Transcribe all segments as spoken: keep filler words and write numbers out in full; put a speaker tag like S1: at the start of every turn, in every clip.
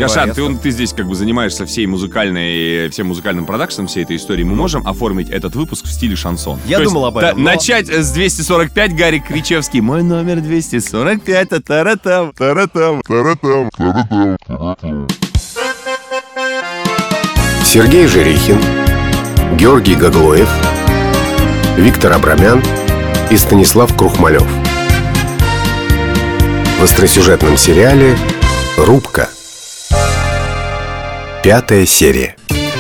S1: Яшан, ты, ты здесь как бы занимаешься всей музыкальной, всем музыкальным продакшеном всей этой истории. Мы можем оформить этот выпуск в стиле шансон.
S2: Я
S1: То
S2: думал
S1: есть,
S2: об этом.
S1: Да,
S2: но...
S1: Начать с двести сорок пять, Гарик Кричевский. Мой номер двести сорок пять, таратам, таратам, таратам, таратам.
S3: Сергей Жерихин, Георгий Гаглоев, Виктор Абрамян и Станислав Крухмалев. В остросюжетном сериале «Рубка». Пятая серия.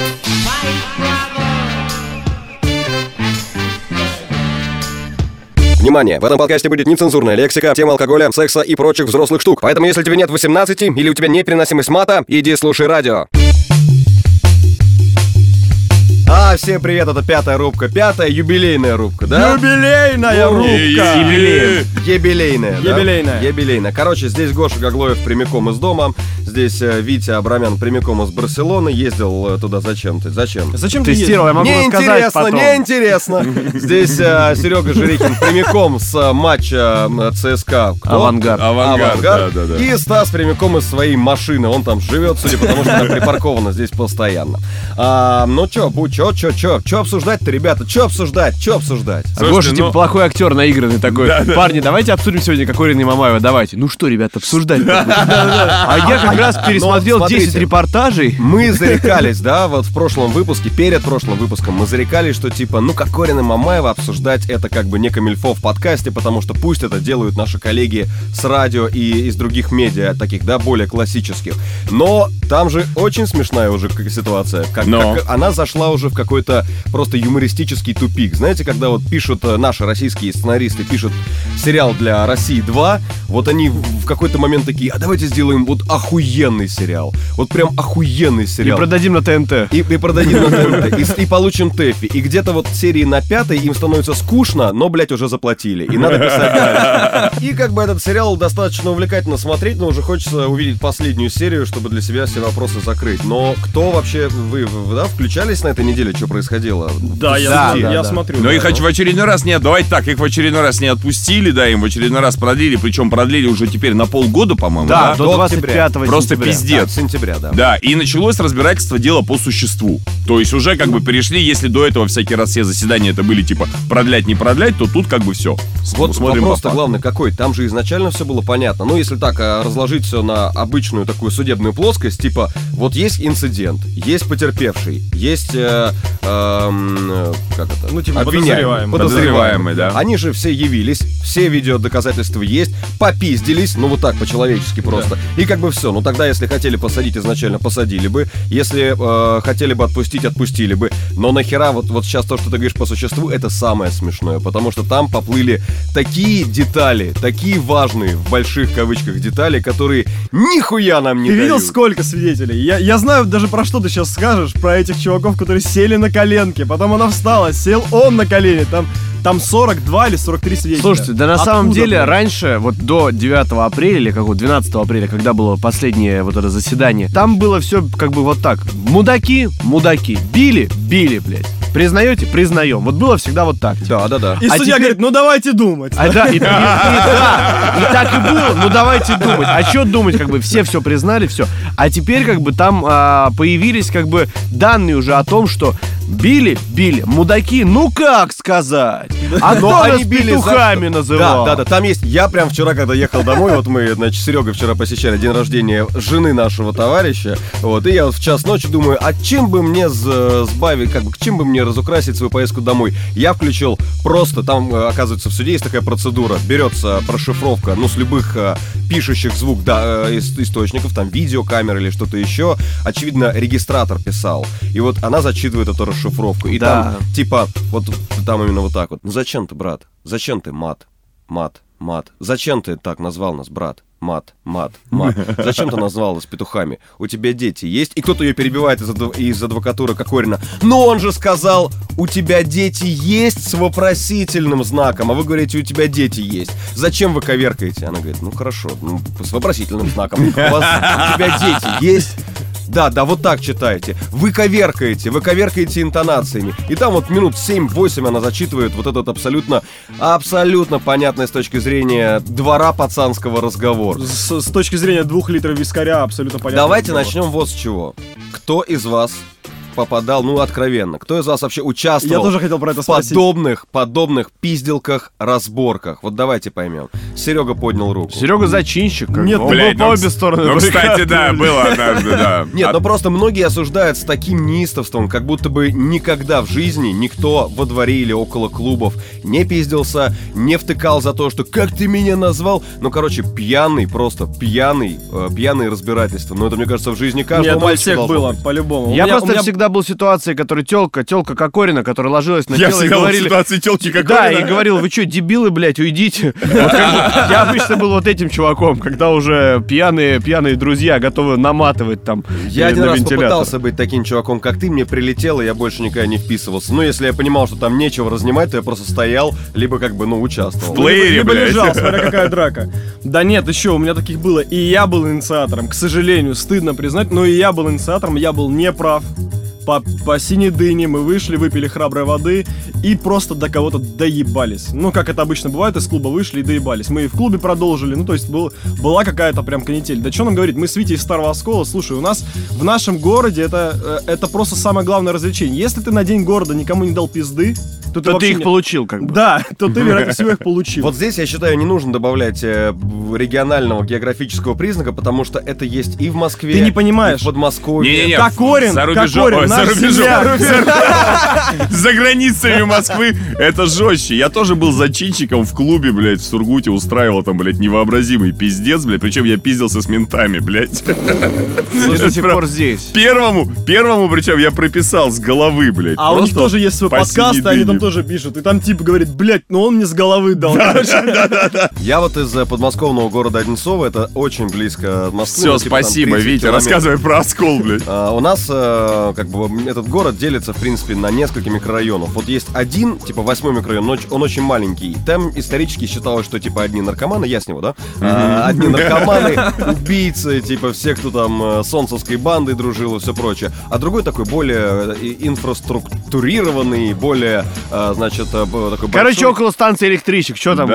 S2: Внимание! В этом подкасте будет нецензурная лексика, тема алкоголя, секса и прочих взрослых штук. Поэтому, если тебе нет восемнадцати или у тебя непереносимость мата, иди слушай радио. А, всем привет, это пятая рубка. Пятая юбилейная рубка, да?
S4: Юбилейная
S2: Ну,
S4: рубка!
S2: Юбилейная. Юбилейная, да?
S4: Юбилейная.
S2: Юбилейная. Короче, здесь Гоша Гаглоев прямиком из дома. Здесь э, Витя Абрамян прямиком из Барселоны. Ездил э, туда зачем ты? Зачем?
S4: Зачем ты
S5: Тестировал, я могу рассказать
S2: Неинтересно,
S5: потом.
S2: неинтересно. Здесь э, Серега Жерихин прямиком с э, матча э, ЦСКА. Кто?
S5: Авангард.
S1: Авангард, да, да, да.
S2: И Стас прямиком из своей машины. Он там живет, судя по тому, что она припаркована здесь постоянно. А, ну чё, бу, чё, чё, чё? Чё обсуждать-то, ребята? Чё обсуждать? Чё обсуждать?
S5: А Гоша,
S1: ну-
S5: типа, плохой актер наигранный такой.
S1: Да, да.
S5: Парни, давайте обсудим сегодня Кокорина и Мамаева. Давайте. Ну что, ребята, обсуждать? А я как раз пересмотрел
S2: Но смотрите.
S5: десять репортажей.
S2: Мы зарекались, да, вот в прошлом выпуске, перед прошлым выпуском, мы зарекались, что типа, ну, Кокорин и Мамаева обсуждать это как бы не камильфо в подкасте, потому что пусть это делают наши коллеги с радио и из других медиа, таких, да, более классических. Но там же очень смешная уже к- ситуация. Как,
S1: Но.
S2: как она зашла уже в какой-то просто юмористический тупик. Знаете, когда вот пишут, э, наши российские сценаристы пишут сериал для России два, вот они в в какой-то момент такие, а давайте сделаем вот охуенный сериал. Вот прям охуенный
S5: И
S2: сериал.
S5: продадим на ТНТ.
S2: И, и продадим на ТНТ, и, и получим ТЭФИ. И где-то вот серии на пятой им становится скучно, но, блядь, уже заплатили. И надо писать дальше. И как бы этот сериал достаточно увлекательно смотреть, но уже хочется увидеть последнюю серию, чтобы для себя все вопросы закрыть. Но кто вообще, вы, вы да, включались на этой неделе, что происходило?
S4: Да, я,
S5: Да,
S4: я,
S5: да,
S4: я
S5: да.
S4: смотрю.
S1: Но
S4: да.
S1: их в очередной раз нет, давайте так, их в очередной раз не отпустили, да, им в очередной раз продлили, причем продлили уже теперь на полгода, по-моему,
S5: Да,
S1: да?
S5: до
S2: До
S5: двадцать пятого
S1: Просто
S5: сентября.
S1: пиздец.
S2: Да, с сентября, да.
S1: Да, и началось разбирательство дела по существу. То есть уже как бы перешли, если до этого всякий раз все заседания это были типа продлять, не продлять, то тут как бы все.
S2: Вот
S1: Смотрим
S2: вопрос-то
S1: по факту.
S2: главный какой. Там же изначально все было понятно. Ну, если так, а, разложить все на обычную такую судебную плоскость, типа, вот есть инцидент, есть потерпевший, есть, э, эм, э, как это?
S4: Ну, типа,
S2: Обвиняемый,
S4: подозреваемый.
S1: Подозреваемый, да.
S2: Они же все явились, все видеодоказательства есть, попиздились, ну, вот так, по-человечески просто. И как бы все. Ну, тогда, если хотели посадить изначально, посадили бы. Если э, хотели бы отпустить, отпустили бы. Но нахера вот, вот сейчас то, что ты говоришь по существу, это самое смешное. Потому что там поплыли такие детали, такие важные, в больших кавычках, детали, которые нихуя нам не
S4: Ты видел,
S2: дают.
S4: сколько свидетелей? Я, я знаю даже про что ты сейчас скажешь, про этих чуваков, которые сели на коленки, потом она встала, сел он на колени, там, там сорок два или сорок три свидетеля.
S5: Слушайте, да на
S4: Откуда,
S5: самом деле
S4: блядь?
S5: раньше, вот до девятого апреля или какого двенадцатого апреля, когда было последнее вот это заседание, там было все как бы вот так. Мудаки, мудаки. Били, били, блядь. Признаете? Признаем. Вот было всегда вот так.
S2: Да, да, да.
S4: И
S5: А
S4: судья
S5: теперь-
S4: говорит, ну давайте думать.
S5: А, да, и, и- и- да, и так и было. Ну давайте думать. А что думать, как бы все все признали, все. А теперь как бы там а, появились как бы данные уже о том, что били, били, мудаки, ну как сказать? А кто
S2: Но
S5: нас
S2: они били за
S5: петухами
S2: что?
S5: называл?
S2: Да, да, да, там есть. Я прям вчера, когда ехал домой, вот мы, значит, с Серегой вчера посещали день рождения жены нашего товарища, вот, и я вот в час ночи думаю, а чем бы мне с- сбавить, как бы, чем бы мне разукрасить свою поездку домой? Я включил просто, там, э, оказывается, в суде есть такая процедура, берется прошифровка, ну, с любых э, пишущих звук, да, э, ис- источников, там, видеокамеры или что-то еще, очевидно, регистратор писал, и вот она зачитывает эту расшифровку, и
S5: Да.
S2: там, типа, вот там именно вот так вот, ну, зачем ты, брат? Зачем ты мат? Мат, мат. Зачем ты так назвал нас, брат? Мат, мат, мат. Зачем ты назвал нас петухами? У тебя дети есть? И кто-то ее перебивает из, адв- из адвокатуры Кокорина. Но он же сказал, у тебя дети есть с вопросительным знаком. А вы говорите, у тебя дети есть. Зачем вы коверкаете? Она говорит, ну хорошо, ну, с вопросительным знаком. У, вас, у тебя дети есть? да, да, вот так читайте. Вы коверкаете, вы коверкаете интонациями. И там вот минут семь-восемь она зачитывает вот этот абсолютно, абсолютно понятный с точки зрения двора пацанского разговор.
S4: С, с точки зрения двух литров вискаря абсолютно понятно.
S2: Давайте начнем вот с чего. Кто из вас попадал, ну, откровенно, кто из вас вообще участвовал
S4: Я тоже хотел про это
S2: в
S4: спросить.
S2: подобных, подобных пизделках, разборках? Вот давайте поймем. Серега поднял руку.
S5: Серега зачинщик. как бы.
S4: Нет,
S5: Он
S1: Блядь,
S5: был по
S1: ну,
S5: обе стороны.
S1: Ну, кстати,
S5: баррикады,
S1: да,
S5: блядь.
S1: было однажды, да.
S2: Нет,
S1: А-
S2: но просто многие осуждают с таким неистовством, как будто бы никогда в жизни никто во дворе или около клубов не пиздился, не втыкал за то, что «как ты меня назвал?». Ну, короче, пьяный, просто пьяный, э, пьяные разбирательства. Но это, мне кажется, в жизни каждого
S4: Нет, у
S2: мальчика
S4: всех
S2: должно
S4: было,
S2: быть.
S4: по-любому.
S5: Я
S4: У меня-
S5: просто
S4: у меня-
S5: всегда был в ситуации, которая тёлка, тёлка Кокорина, которая ложилась на
S1: Я
S5: тело и
S1: всегда в
S5: говорили...
S1: ситуации телки какой
S5: Да, и говорил, вы что, дебилы, блядь, уйдите. Вот как бы я обычно был вот этим чуваком, когда уже пьяные, пьяные друзья готовы наматывать там
S2: Я
S5: э,
S2: один
S5: на
S2: раз
S5: вентилятор.
S2: попытался быть таким чуваком, как ты, мне прилетело, и я больше никогда не вписывался. Ну, если я понимал, что там нечего разнимать, то я просто стоял, либо как бы, ну, участвовал.
S1: В плеере,
S4: Либо
S1: блядь.
S4: лежал, смотря какая драка. Да нет, еще у меня таких было. И я был инициатором. К сожалению, стыдно признать, но и я был инициатором, я был неправ. По, по синей дыне мы вышли, выпили храброй воды и просто до кого-то доебались. Ну, как это обычно бывает, из клуба вышли и доебались. Мы и в клубе продолжили, ну, то есть был, была какая-то прям канитель. Да что нам говорить, мы с Витей из Старого Оскола, слушай, у нас в нашем городе это, э, это просто самое главное развлечение. Если ты на день города никому не дал пизды, то ты,
S5: То ты
S4: вообще
S5: их
S4: не-
S5: получил, как бы.
S4: Да, то ты, вероятнее всего, их получил.
S2: Вот здесь, я считаю, не нужно добавлять э, регионального географического признака, потому что это есть и в Москве,
S4: Ты не понимаешь.
S2: и в Подмосковье.
S1: Не-не-не,
S4: Кокорин,
S1: за рубежом,
S4: Кокорин,
S1: ой, за
S4: наш
S1: рубежом,
S4: земляк.
S1: за, за границами Москвы это жестче. Я тоже был зачинщиком в клубе, блядь, в Сургуте, устраивал там, блядь, невообразимый пиздец, блядь, причем я пиздился с ментами, блядь.
S5: Слушай, до сих пор здесь.
S1: Первому, первому, причем я прописал с головы, блядь.
S4: А у них
S1: просто
S4: тоже есть свой
S1: по
S4: подкаст,
S1: синей
S4: и они там
S1: дыне.
S4: тоже пишут. И там тип говорит, блядь, ну он мне с головы дал.
S2: Я вот из э, подмосковного города Одинцово, это очень близко от Москвы.
S1: Все,
S2: ну, типа, там
S1: спасибо,
S2: тридцать
S1: Витя,
S2: километров.
S1: рассказывай про оскол, блядь.
S2: А, у нас э, как бы этот город делится, в принципе, на несколько микрорайонов. Вот есть один, типа восьмой микрорайон, но он очень маленький. Там исторически считалось, что типа одни наркоманы, я с него, да? А, одни наркоманы, убийцы, типа все, кто там э, с солнцевской бандой дружил и все прочее. А другой такой более э, инфраструктурированный, более, э, значит, э, б- такой
S5: Короче,
S2: большой.
S5: около станции электричек, что там?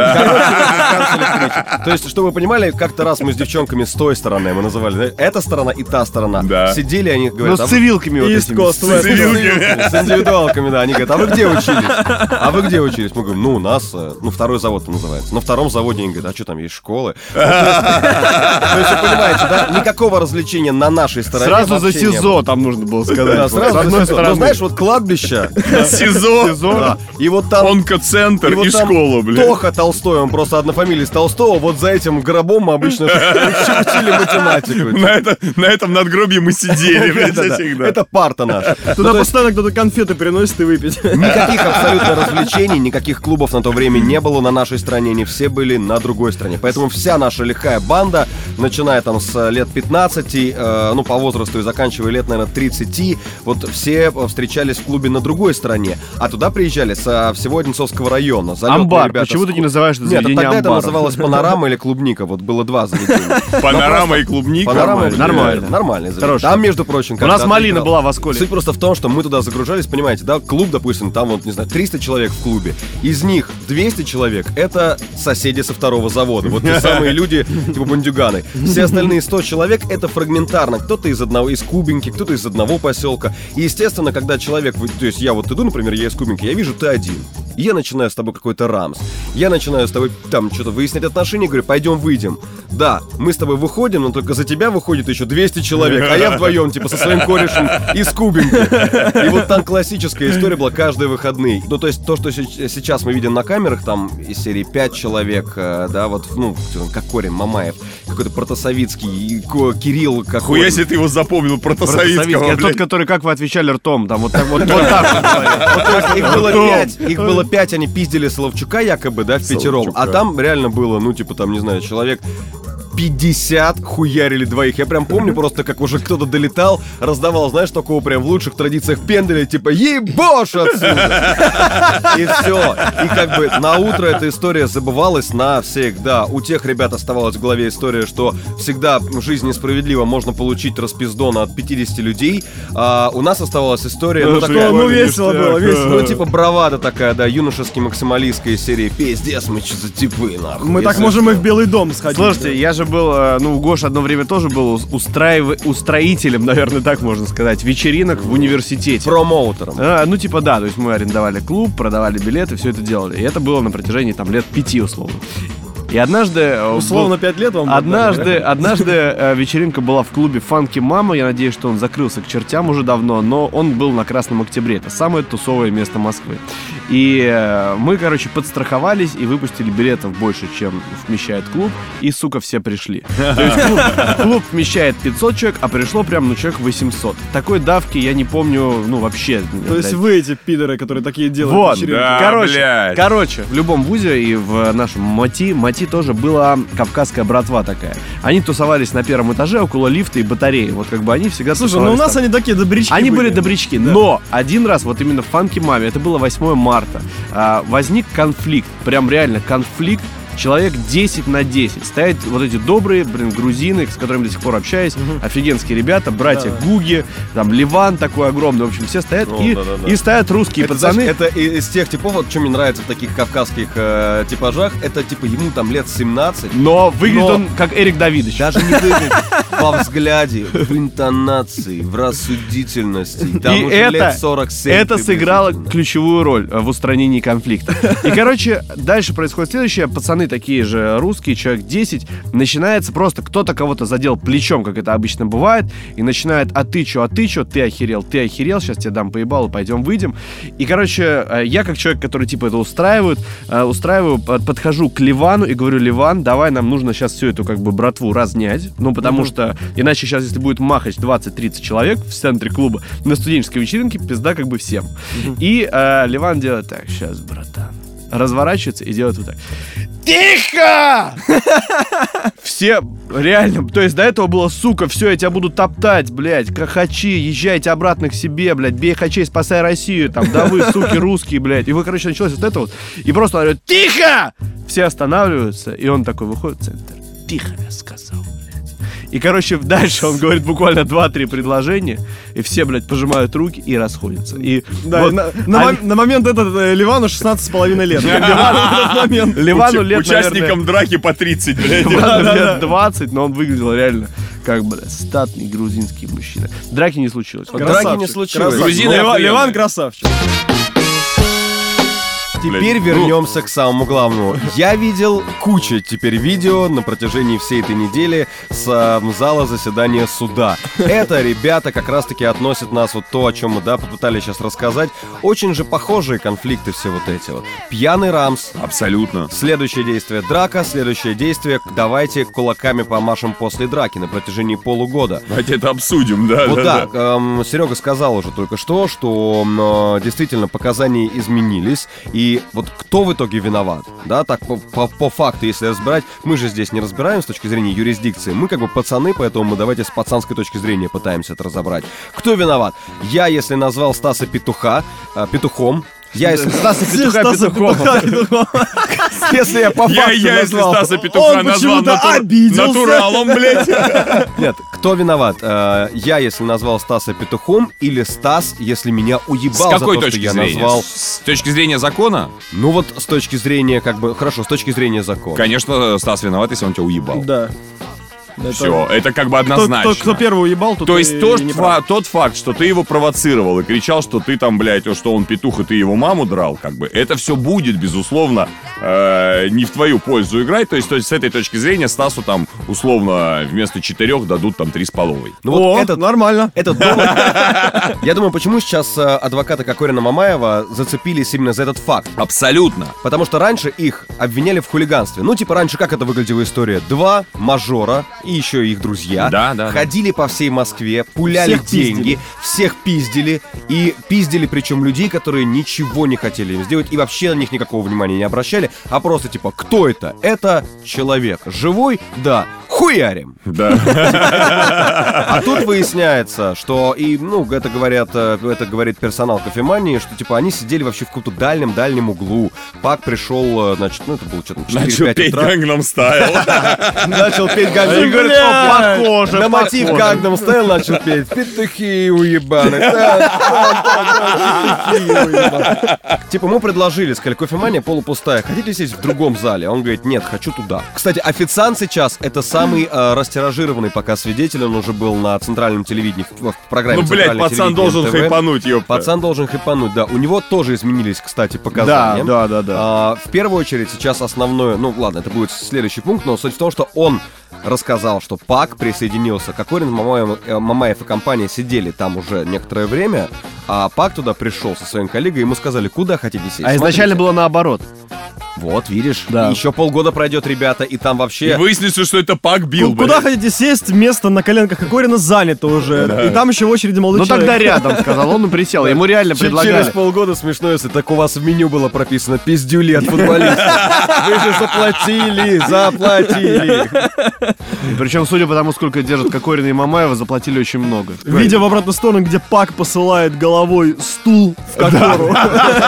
S2: То есть, чтобы вы понимали, как-то раз мы с девчонками с той стороны, мы называли, да, эта сторона и та сторона.
S1: Да.
S2: Сидели, они
S5: Ну,
S2: говорят,
S5: с
S2: а вы-
S5: цивилками вот
S4: East
S5: этими.
S4: Coast, West
S2: с индивидуалками, с индивидуалками, да. Они говорят, а вы где учились? А вы где учились? Мы говорим, ну, у нас, э, ну, второй завод называется. На втором заводе они говорят, а что там, есть школы? То есть, вы понимаете, да, никакого развлечения на нашей стороне
S5: Сразу за
S2: вообще не было.
S5: СИЗО там нужно было сказать.
S2: Да,
S5: Вот,
S2: сразу
S5: с
S2: за
S5: одной
S2: СИЗО.
S5: стороны.
S2: Ну, знаешь, вот кладбище,
S1: СИЗО,
S2: да, и вот там
S1: онкоцентр
S2: И вот
S1: и
S2: там
S1: школа, блядь.
S2: Тоха Толстой, он просто однофамилец Толстого. Вот за этим гробом мы обычно учи- учили математику.
S1: На, это, на этом надгробье мы сидели, блядь,
S2: Да-да-да.
S1: всегда.
S2: Это парта наша. Ну,
S4: Туда
S2: то есть
S4: постоянно кто-то конфеты приносит и выпить.
S2: никаких абсолютно развлечений, никаких клубов на то время не было на нашей стране, не все были на другой стране. Поэтому вся наша лихая банда, начиная там с лет пятнадцати, э, ну по возрасту и заканчивая лет, наверное, тридцати, вот все встречались в клубе на другой стороне, а туда приезжали со всего Одинцовского района. Залетные
S5: Амбар.
S2: ребята
S5: Почему
S2: с
S5: ты
S2: клу-
S5: не называешь это
S2: Нет, а
S5: заведение
S2: тогда это
S5: амбаром?
S2: называлось Панорама или Клубника, вот было два заведения.
S1: Панорама и клубника.
S2: Панорама
S5: Нормально. Нормально.
S2: Нормальный заведение.
S5: Хороший.
S2: Там, между прочим,
S5: У нас
S2: когда
S5: малина
S2: ты
S5: была в Осколе.
S2: Суть просто в том, что мы туда загружались, понимаете, да, клуб, допустим, там вот, не знаю, триста человек в клубе. Из них двести человек — это соседи со второго завода. Вот те самые люди, типа бандюганы. Все остальные сто человек — это фрагментарно. Кто-то из одного, из Кубинки, кто-то из одного поселка. И, естественно, когда человек, вы- то есть я вот иду, например, я из Кубинки, я вижу, ты один. И я начинаю с тобой какой-то рамс. Я начинаю с тобой там что-то выяснять отношения, говорю, пойдем выйдем. Да, мы с тобой выходим, но только за тебя выходит еще двести человек, а я вдвоем, типа, со своим корешем из Кубинки. И вот там классическая история была каждые выходные. Ну, то есть то, что се- сейчас мы видим на камерах, там из серии пять человек, э, да, вот, ну, кто там, Кокорин, Мамаев, какой-то Протасовицкий, и Ко- Кирилл Кокорин.
S1: Хуя себе ты его запомнил,
S5: Протасовицкий.
S1: Протасовицкого,
S5: Это тот,
S1: блядь.
S5: который, как вы отвечали, ртом. Там вот так вот, вот так вот говорил.
S2: Вот, то есть их было
S5: Ртом.
S2: пять, их было пять, они пиздили Соловчука якобы, да, в пятером. А
S1: Соловчука.
S2: там реально было, ну, типа, там, не знаю, человек пятьдесят хуярили двоих. Я прям помню просто, как уже кто-то долетал, раздавал, знаешь, такого прям в лучших традициях пенделя, типа «Ебошь отсюда!» И все. И как бы на утро эта история забывалась навсегда. У тех ребят оставалась в голове история, что всегда жизнь несправедлива, можно получить распиздона от пятидесяти людей. А у нас оставалась история... Ну, такая,
S4: ну весело было, весело.
S2: Ну, типа бравада такая, да, юношески максималистская из серии «Пиздец, мы что за типы, нахуй».
S4: Мы так можем и в Белый дом сходить.
S5: Слушайте, я же был, э, ну, Гош одно время тоже был устраив... устроителем, наверное, так можно сказать, вечеринок в университете.
S2: Промоутером.
S5: А, ну, типа, да, то есть мы арендовали клуб, продавали билеты, все это делали. И это было на протяжении, там, лет пяти, условно. И однажды...
S4: Условно пять лет вам
S5: Однажды,
S4: отдали, да?
S5: однажды э, вечеринка была в клубе «Фанки Мама». Я надеюсь, что он закрылся к чертям уже давно, но он был на Красном Октябре. Это самое тусовое место Москвы. И э, мы, короче, подстраховались и выпустили билетов больше, чем вмещает клуб. И, сука, все пришли. То есть клуб, клуб вмещает пятьсот человек, а пришло прям, ну, человек восемьсот. Такой давки я не помню, ну, вообще.
S4: То есть вы эти пидоры, которые такие делают
S5: Вот,
S4: вечеринки.
S1: да,
S5: короче,
S1: блядь.
S5: короче, в любом вузе и в нашем МАТИ, МАТИ тоже была кавказская братва такая. Они тусовались на первом этаже около лифта и батареи. Вот как бы они всегда
S4: Слушай,
S5: тусовались
S4: ну у нас
S5: там.
S4: они такие добрячки
S5: Они были
S4: были
S5: добрячки,
S4: Да.
S5: но один раз, вот именно в «Фанки Маме», это было восьмое марта, а, возник конфликт, прям реально конфликт, человек десять на десять. Стоят вот эти добрые, блин, грузины, с которыми до сих пор общаюсь, угу. Офигенские ребята, братья
S4: Да.
S5: Гуги, там Ливан такой огромный, в общем, все стоят,
S2: О,
S5: и,
S2: да-да-да.
S5: и стоят русские
S2: Это,
S5: пацаны.
S2: знаешь, это и- из тех типов, вот что мне нравится в таких кавказских э, типажах, это типа ему там лет семнадцать.
S5: Но выглядит
S2: Но-
S5: он как Эрик Давидович.
S2: Даже не выглядит во взгляде, в интонации, в рассудительности. Там
S5: И
S2: уже
S5: это,
S2: лет сорок семь
S5: это сыграло
S2: приблизительно.
S5: ключевую роль э, в устранении конфликта. И, короче, дальше происходит следующее. Пацаны такие же русские, человек десять. Начинается просто, кто-то кого-то задел плечом, как это обычно бывает, и начинает: а ты чё, а ты чё, ты охерел, ты охерел, сейчас тебе дам поебалу, пойдем выйдем. И, короче, э, я как человек, который типа это устраивает, э, устраиваю, под- подхожу к Ливану и говорю: Ливан, давай, нам нужно сейчас всю эту как бы братву разнять, ну, потому что иначе сейчас, если будет махач двадцать-тридцать человек в центре клуба на студенческой вечеринке, пизда как бы всем. И э, Ливан делает так: сейчас, братан. Разворачивается и делает вот так: тихо! Все реально, то есть до этого было: сука, все, я тебя буду топтать, блядь, хачи, езжайте обратно к себе, блядь, бей хачей, спасай Россию, там, да вы, суки, русские, блядь. И вы, короче, началось вот это вот, и просто он говорит: тихо! Все останавливаются, и он такой выходит в центр: тихо, я сказал, блядь. И, короче, дальше он говорит буквально два-три предложения, и все, блядь, пожимают руки и расходятся. И
S4: Да,
S5: вот
S4: на, на
S5: они-
S4: мо- на момент этот э, Ливану шестнадцать с половиной лет. Ливану в этот момент.
S5: Ливану лет,
S1: Участникам
S5: наверное,
S1: драки по тридцать, блядь.
S5: Ливану
S4: Да,
S5: лет
S4: да.
S5: двадцать, но он выглядел реально как бы статный грузинский мужчина. Драки не случилось.
S2: Драки
S4: Красавчик,
S2: не случилось.
S4: красавчик.
S1: Грузины
S4: Лива-
S1: охуенные.
S4: Ливан красавчик.
S2: Теперь
S1: Блядь,
S2: вернемся к самому главному. Я видел кучу теперь видео на протяжении всей этой недели с э, зала заседания суда. Это ребята как раз-таки относят нас вот то, о чем мы, да, попытались сейчас рассказать. Очень же похожие конфликты все вот эти вот. Пьяный рамс.
S1: Абсолютно.
S2: Следующее действие — драка. Следующее действие — давайте кулаками помашем после драки на протяжении полугода.
S1: Давайте это обсудим, да.
S2: Вот
S1: да,
S2: да, эм, Серега сказал уже только что, что м, э, действительно показания изменились. И вот кто в итоге виноват? Да, так по, по, по факту, если разбирать, мы же здесь не разбираем с точки зрения юрисдикции. Мы как бы пацаны, поэтому мы давайте с пацанской точки зрения пытаемся это разобрать. Кто виноват? Я, если назвал Стаса Петуха э, петухом, я, если
S5: Стаса Петуха
S4: Стаса
S5: петухом.
S4: Петуха, Петухом.
S2: если я по
S1: Я,
S2: факту
S1: я если
S2: назвал...
S1: Стаса Петуха
S4: Он
S1: назвал
S4: почему-то
S1: натур-
S4: обиделся.
S1: натуралом, блядь.
S2: Нет, кто виноват? Э, я, если назвал Стаса Петухом, или Стас, если меня уебал
S1: С какой
S2: за то,
S1: точки
S2: что я
S1: зрения?
S2: назвал...
S1: С точки зрения закона?
S2: Ну вот с точки зрения, как бы, хорошо, с точки зрения закона.
S1: Конечно, Стас виноват, если он тебя уебал.
S4: Да. Это-
S1: Все, это как бы
S4: Кто,
S1: однозначно.
S4: кто, кто первый уебал, тот
S1: То есть
S4: и
S1: тот,
S4: не
S1: фа-
S4: прав.
S1: тот факт, что ты его провоцировал и кричал, что ты там, блядь, что он петух, и ты его маму драл, как бы, это все будет, безусловно, э, не в твою пользу играть. То есть, то есть с этой точки зрения Стасу там, условно, вместо четырех дадут там три с половой.
S2: Ну
S4: О,
S2: вот этот,
S4: нормально.
S2: этот довод... Я думаю, почему сейчас э, адвокаты Кокорина Мамаева зацепились именно за этот факт.
S1: Абсолютно.
S2: Потому что раньше их обвиняли в хулиганстве. Ну, типа, раньше как это выглядела история? Два мажора и еще их друзья
S1: Да, да, да.
S2: ходили по всей Москве, пуляли
S4: Всех
S2: деньги,
S4: пиздили.
S2: всех пиздили. И пиздили причем людей, которые ничего не хотели им сделать и вообще на них никакого внимания не обращали, а просто типа, кто это? Это человек. Живой? Да. хуярим.
S1: Да.
S2: А тут выясняется, что и, ну, это говорят, э, это говорит персонал кофемании, что, типа, они сидели вообще в каком-то дальнем-дальнем углу. Пак пришел, э, значит, ну, это было что-то
S1: Начал
S2: четыре-пять
S1: петь
S2: утра.
S1: Gangnam Style.
S2: Начал петь Gangnam
S5: Говорит,
S2: Style.
S5: «О, похоже,
S2: На мотив
S5: похоже».
S2: Gangnam Style начал петь. Петухи уебаны. Типа, мы предложили, сказали, кофемания полупустая, хотите сесть в другом зале? А он говорит, нет, хочу туда. Кстати, официант сейчас это самый э, растиражированный пока свидетель, он уже был на центральном телевидении, в, в программе
S1: Ну, блядь,
S2: «Центральное
S1: пацан
S2: телевидение»
S1: должен
S2: эн тэ вэ.
S1: хайпануть, ёпта.
S2: Пацан должен хайпануть, да. У него тоже изменились, кстати, показания.
S5: Да, да, да, да.
S2: А, в первую очередь сейчас основное, ну ладно, это будет следующий пункт, но суть в том, что он рассказал, что Пак присоединился. Кокорин, Мамаев, э, Мамаев и компания сидели там уже некоторое время, а Пак туда пришел со своим коллегой, ему сказали, куда хотите сесть.
S5: А изначально
S2: Смотрите.
S5: было наоборот.
S2: Вот, видишь,
S5: Да.
S2: еще полгода пройдет, ребята, и там
S1: И
S2: вообще...
S1: выяснится, что это Пак бил,
S4: Ку- Куда
S1: блядь.
S4: хотите сесть? Место на коленках Кокорина занято уже. И там еще в очереди молодой
S5: Ну
S4: человек.
S5: тогда рядом, сказал он, и присел. Ему реально
S2: Чуть через
S5: предлагали.
S2: полгода смешно, если так у вас в меню было прописано «пиздюли от футболистов». Вы же заплатили, заплатили.
S5: Причем, судя по тому, сколько держат Кокорина и Мамаева, заплатили очень много.
S4: Видя в обратную сторону, где Пак посылает головой стул в Кокору.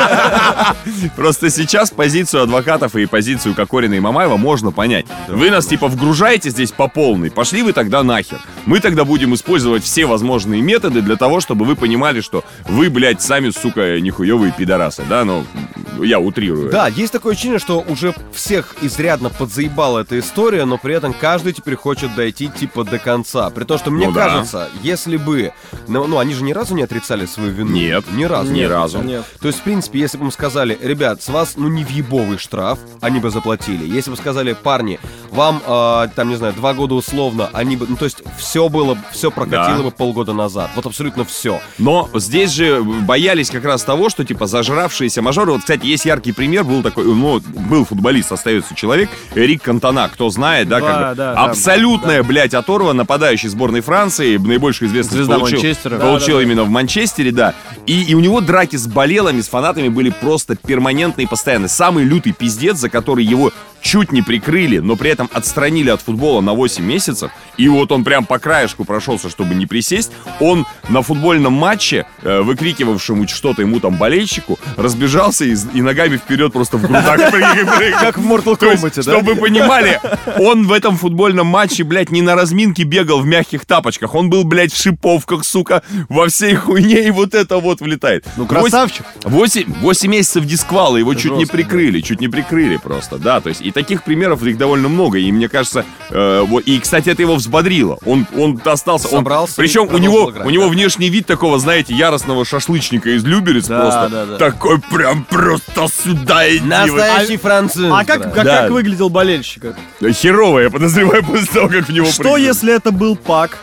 S1: Просто сейчас позицию адвокатов и позицию Кокорина и Мамаева можно понять. Вы нас типа вгружаете здесь по полной, пошли вы тогда нахер. Мы тогда будем использовать все возможные методы для того, чтобы вы понимали, что вы, блядь, сами, сука, нихуевые пидорасы, да, ну, я утрирую.
S2: Да, есть такое ощущение, что уже всех изрядно подзаебала эта история, но при этом каждый теперь хочет дойти типа до конца. При том, что мне
S1: Ну да.
S2: кажется, если бы... Ну, ну, они же ни разу не отрицали свою вину.
S1: Нет.
S2: Ни разу.
S1: Ни
S2: не
S1: разу.
S2: отрицали.
S4: Нет.
S2: То есть, в принципе, если бы им сказали, ребят, с вас, ну, не въебовый штраф, они бы заплатили. Если бы сказали, парни, вам, э, там, не знаю, два года условно, они бы... Ну, то есть, все было, все прокатило
S1: Да.
S2: бы полгода назад. Вот абсолютно все.
S1: Но здесь же боялись как раз того, что, типа, зажравшиеся мажоры... Вот, кстати, есть яркий пример, был такой, ну, был футболист, остается человек, Эрик Кантона, кто знает, да,
S4: Да,
S1: как бы,
S4: да, да,
S1: абсолютная, блядь, оторва, нападающий сборной Франции, наибольшую известность
S5: Звезда
S1: получил,
S5: Манчестера.
S1: получил
S4: Да, да, да.
S1: именно в Манчестере, да. И, и у него драки с болелами, с фанатами были просто перманентные и постоянные. Самый лютый пиздец, за который его чуть не прикрыли, но при этом отстранили от футбола на восемь месяцев, и вот он прям по краешку прошелся, чтобы не присесть, он на футбольном матче, э, выкрикивавшему что-то ему там болельщику, разбежался и, и ногами вперед просто в грудах прыгал.
S2: Как в Mortal
S1: То есть,
S2: Kombat, да?
S1: чтобы вы понимали, он в этом футбольном матче, блядь, не на разминке бегал в мягких тапочках, он был, блядь, в шиповках, сука, во всей хуйне, и вот это вот влетает.
S5: Ну, красавчик.
S1: Восемь, восемь месяцев дисквала, его чуть не
S2: Жестко,
S1: прикрыли, чуть не прикрыли просто, да, то есть, и таких примеров их довольно много, и мне кажется, э, вот, и, кстати, это его взбодрило, он, он остался, он,
S2: Собрался и
S1: причем у
S2: продолжил
S1: него,
S2: играть,
S1: у него
S2: да.
S1: внешний вид такого, знаете, яростного шашлычника из Люберец
S5: Да,
S1: просто,
S5: да, да.
S1: такой прям просто сюда иди.
S2: Настоящий француз.
S4: А как, как,
S1: Да.
S4: как выглядел болельщик?
S1: Вот. Херово, я подозреваю, после того, как в него
S4: Что
S1: прыгнули.
S4: если это был Пак,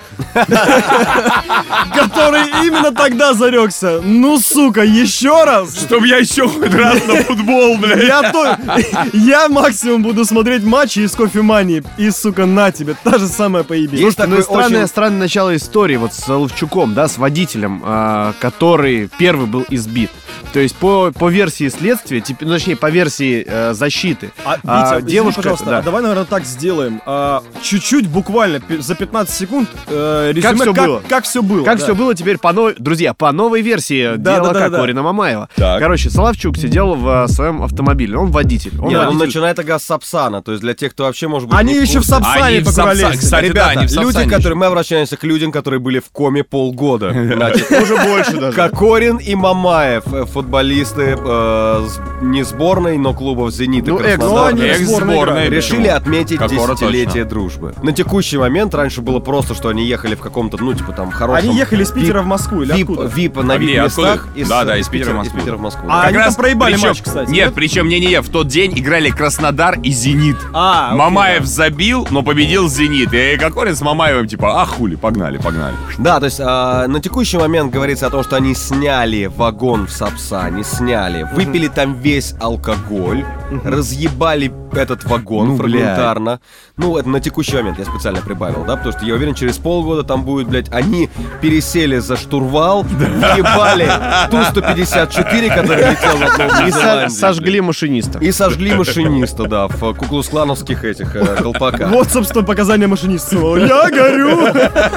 S4: который именно тогда зарекся? Ну, сука, еще раз?
S1: Чтоб я еще хоть раз на футбол, блядь.
S4: Я, то, я максимум буду смотреть матчи из кофемании. И, сука, на тебе. Та же самая поебись.
S2: Есть
S5: Слушайте, ну и
S2: такой
S5: странное,
S2: очень-
S5: странное начало истории вот с Ловчуком, да, с водителем, а, который первый был избит. То есть по, по версии следствия, тип- ну, точнее, по версии э, защиты,
S4: А,
S5: а,
S4: Витя, извини,
S5: девушка...
S4: пожалуйста,
S5: да.
S4: а давай, наверное, так сделаем. А, чуть-чуть, буквально, пи- за пятнадцать секунд э,
S5: Как
S4: резюме,
S5: всё
S4: как,
S5: было?
S4: как все было.
S5: Как
S4: да.
S5: все было теперь по новой... Друзья, по новой версии
S4: Да,
S5: дела
S4: да, да, да.
S5: Кокорина Мамаева.
S1: Так.
S5: Короче, Соловчук сидел в а, своем автомобиле. Он водитель. Он
S2: Нет, он
S5: водитель.
S2: начинает ага с Сапсана, то есть для тех, кто вообще может быть
S4: Они
S2: не в
S4: еще в
S2: курсе.
S4: Сапсане
S1: Они в Сапса-
S4: покуролесили.
S1: кстати, да,
S2: Ребята,
S1: они в Сапсане
S2: люди,
S1: еще.
S2: которые мы обращаемся к людям, которые были в коме полгода. Значит,
S5: Уже больше даже.
S2: Кокорин и Мамаев, э, футболисты э, с- не сборной, но клубов «Зенит» и
S5: Ну, экс-
S2: «Краснодар»,
S4: они в
S1: Экс-сборная,
S4: сборной играли.
S2: решили отметить
S1: Кокора
S2: десятилетие
S1: точно.
S2: дружбы. На текущий момент раньше было просто, что они ехали в каком-то, ну, типа там, хорошем...
S4: Они ехали из Питера
S2: вип-
S4: в Москву или
S2: вип,
S4: откуда?
S2: вип на
S1: А где,
S2: вип-местах.
S1: откуда? Да, да, из Питера в Москву.
S2: Из Питера в Москву.
S4: А
S2: да.
S4: они там проебали
S1: причем-
S4: матч, кстати,
S1: Нет,
S4: нет?
S1: причем, не-не-не, в тот день играли Краснодар и Зенит.
S4: А, окей,
S1: Мамаев
S4: да.
S1: забил, но победил Зенит. И Кокорин с Мамаевым типа, а хули, погнали, погнали.
S2: Да, то есть а, на текущий момент говорится о том, что они сняли вагон в Сапсане, сняли, выпили там весь алкоголь, разъебали этот вагон
S5: Ну,
S2: фрагментарно. Ну, это на текущий момент я специально прибавил, да, потому что я уверен, через пол, полгода там будет, блядь, они пересели за штурвал, въебали Ту сто пятьдесят четыре, который летел над Новой
S5: И со-
S2: Зеландией.
S5: сожгли машиниста.
S2: И сожгли машиниста, да, в куклус-клановских этих э, колпаках.
S4: Вот, собственно, показания машиниста. Я горю!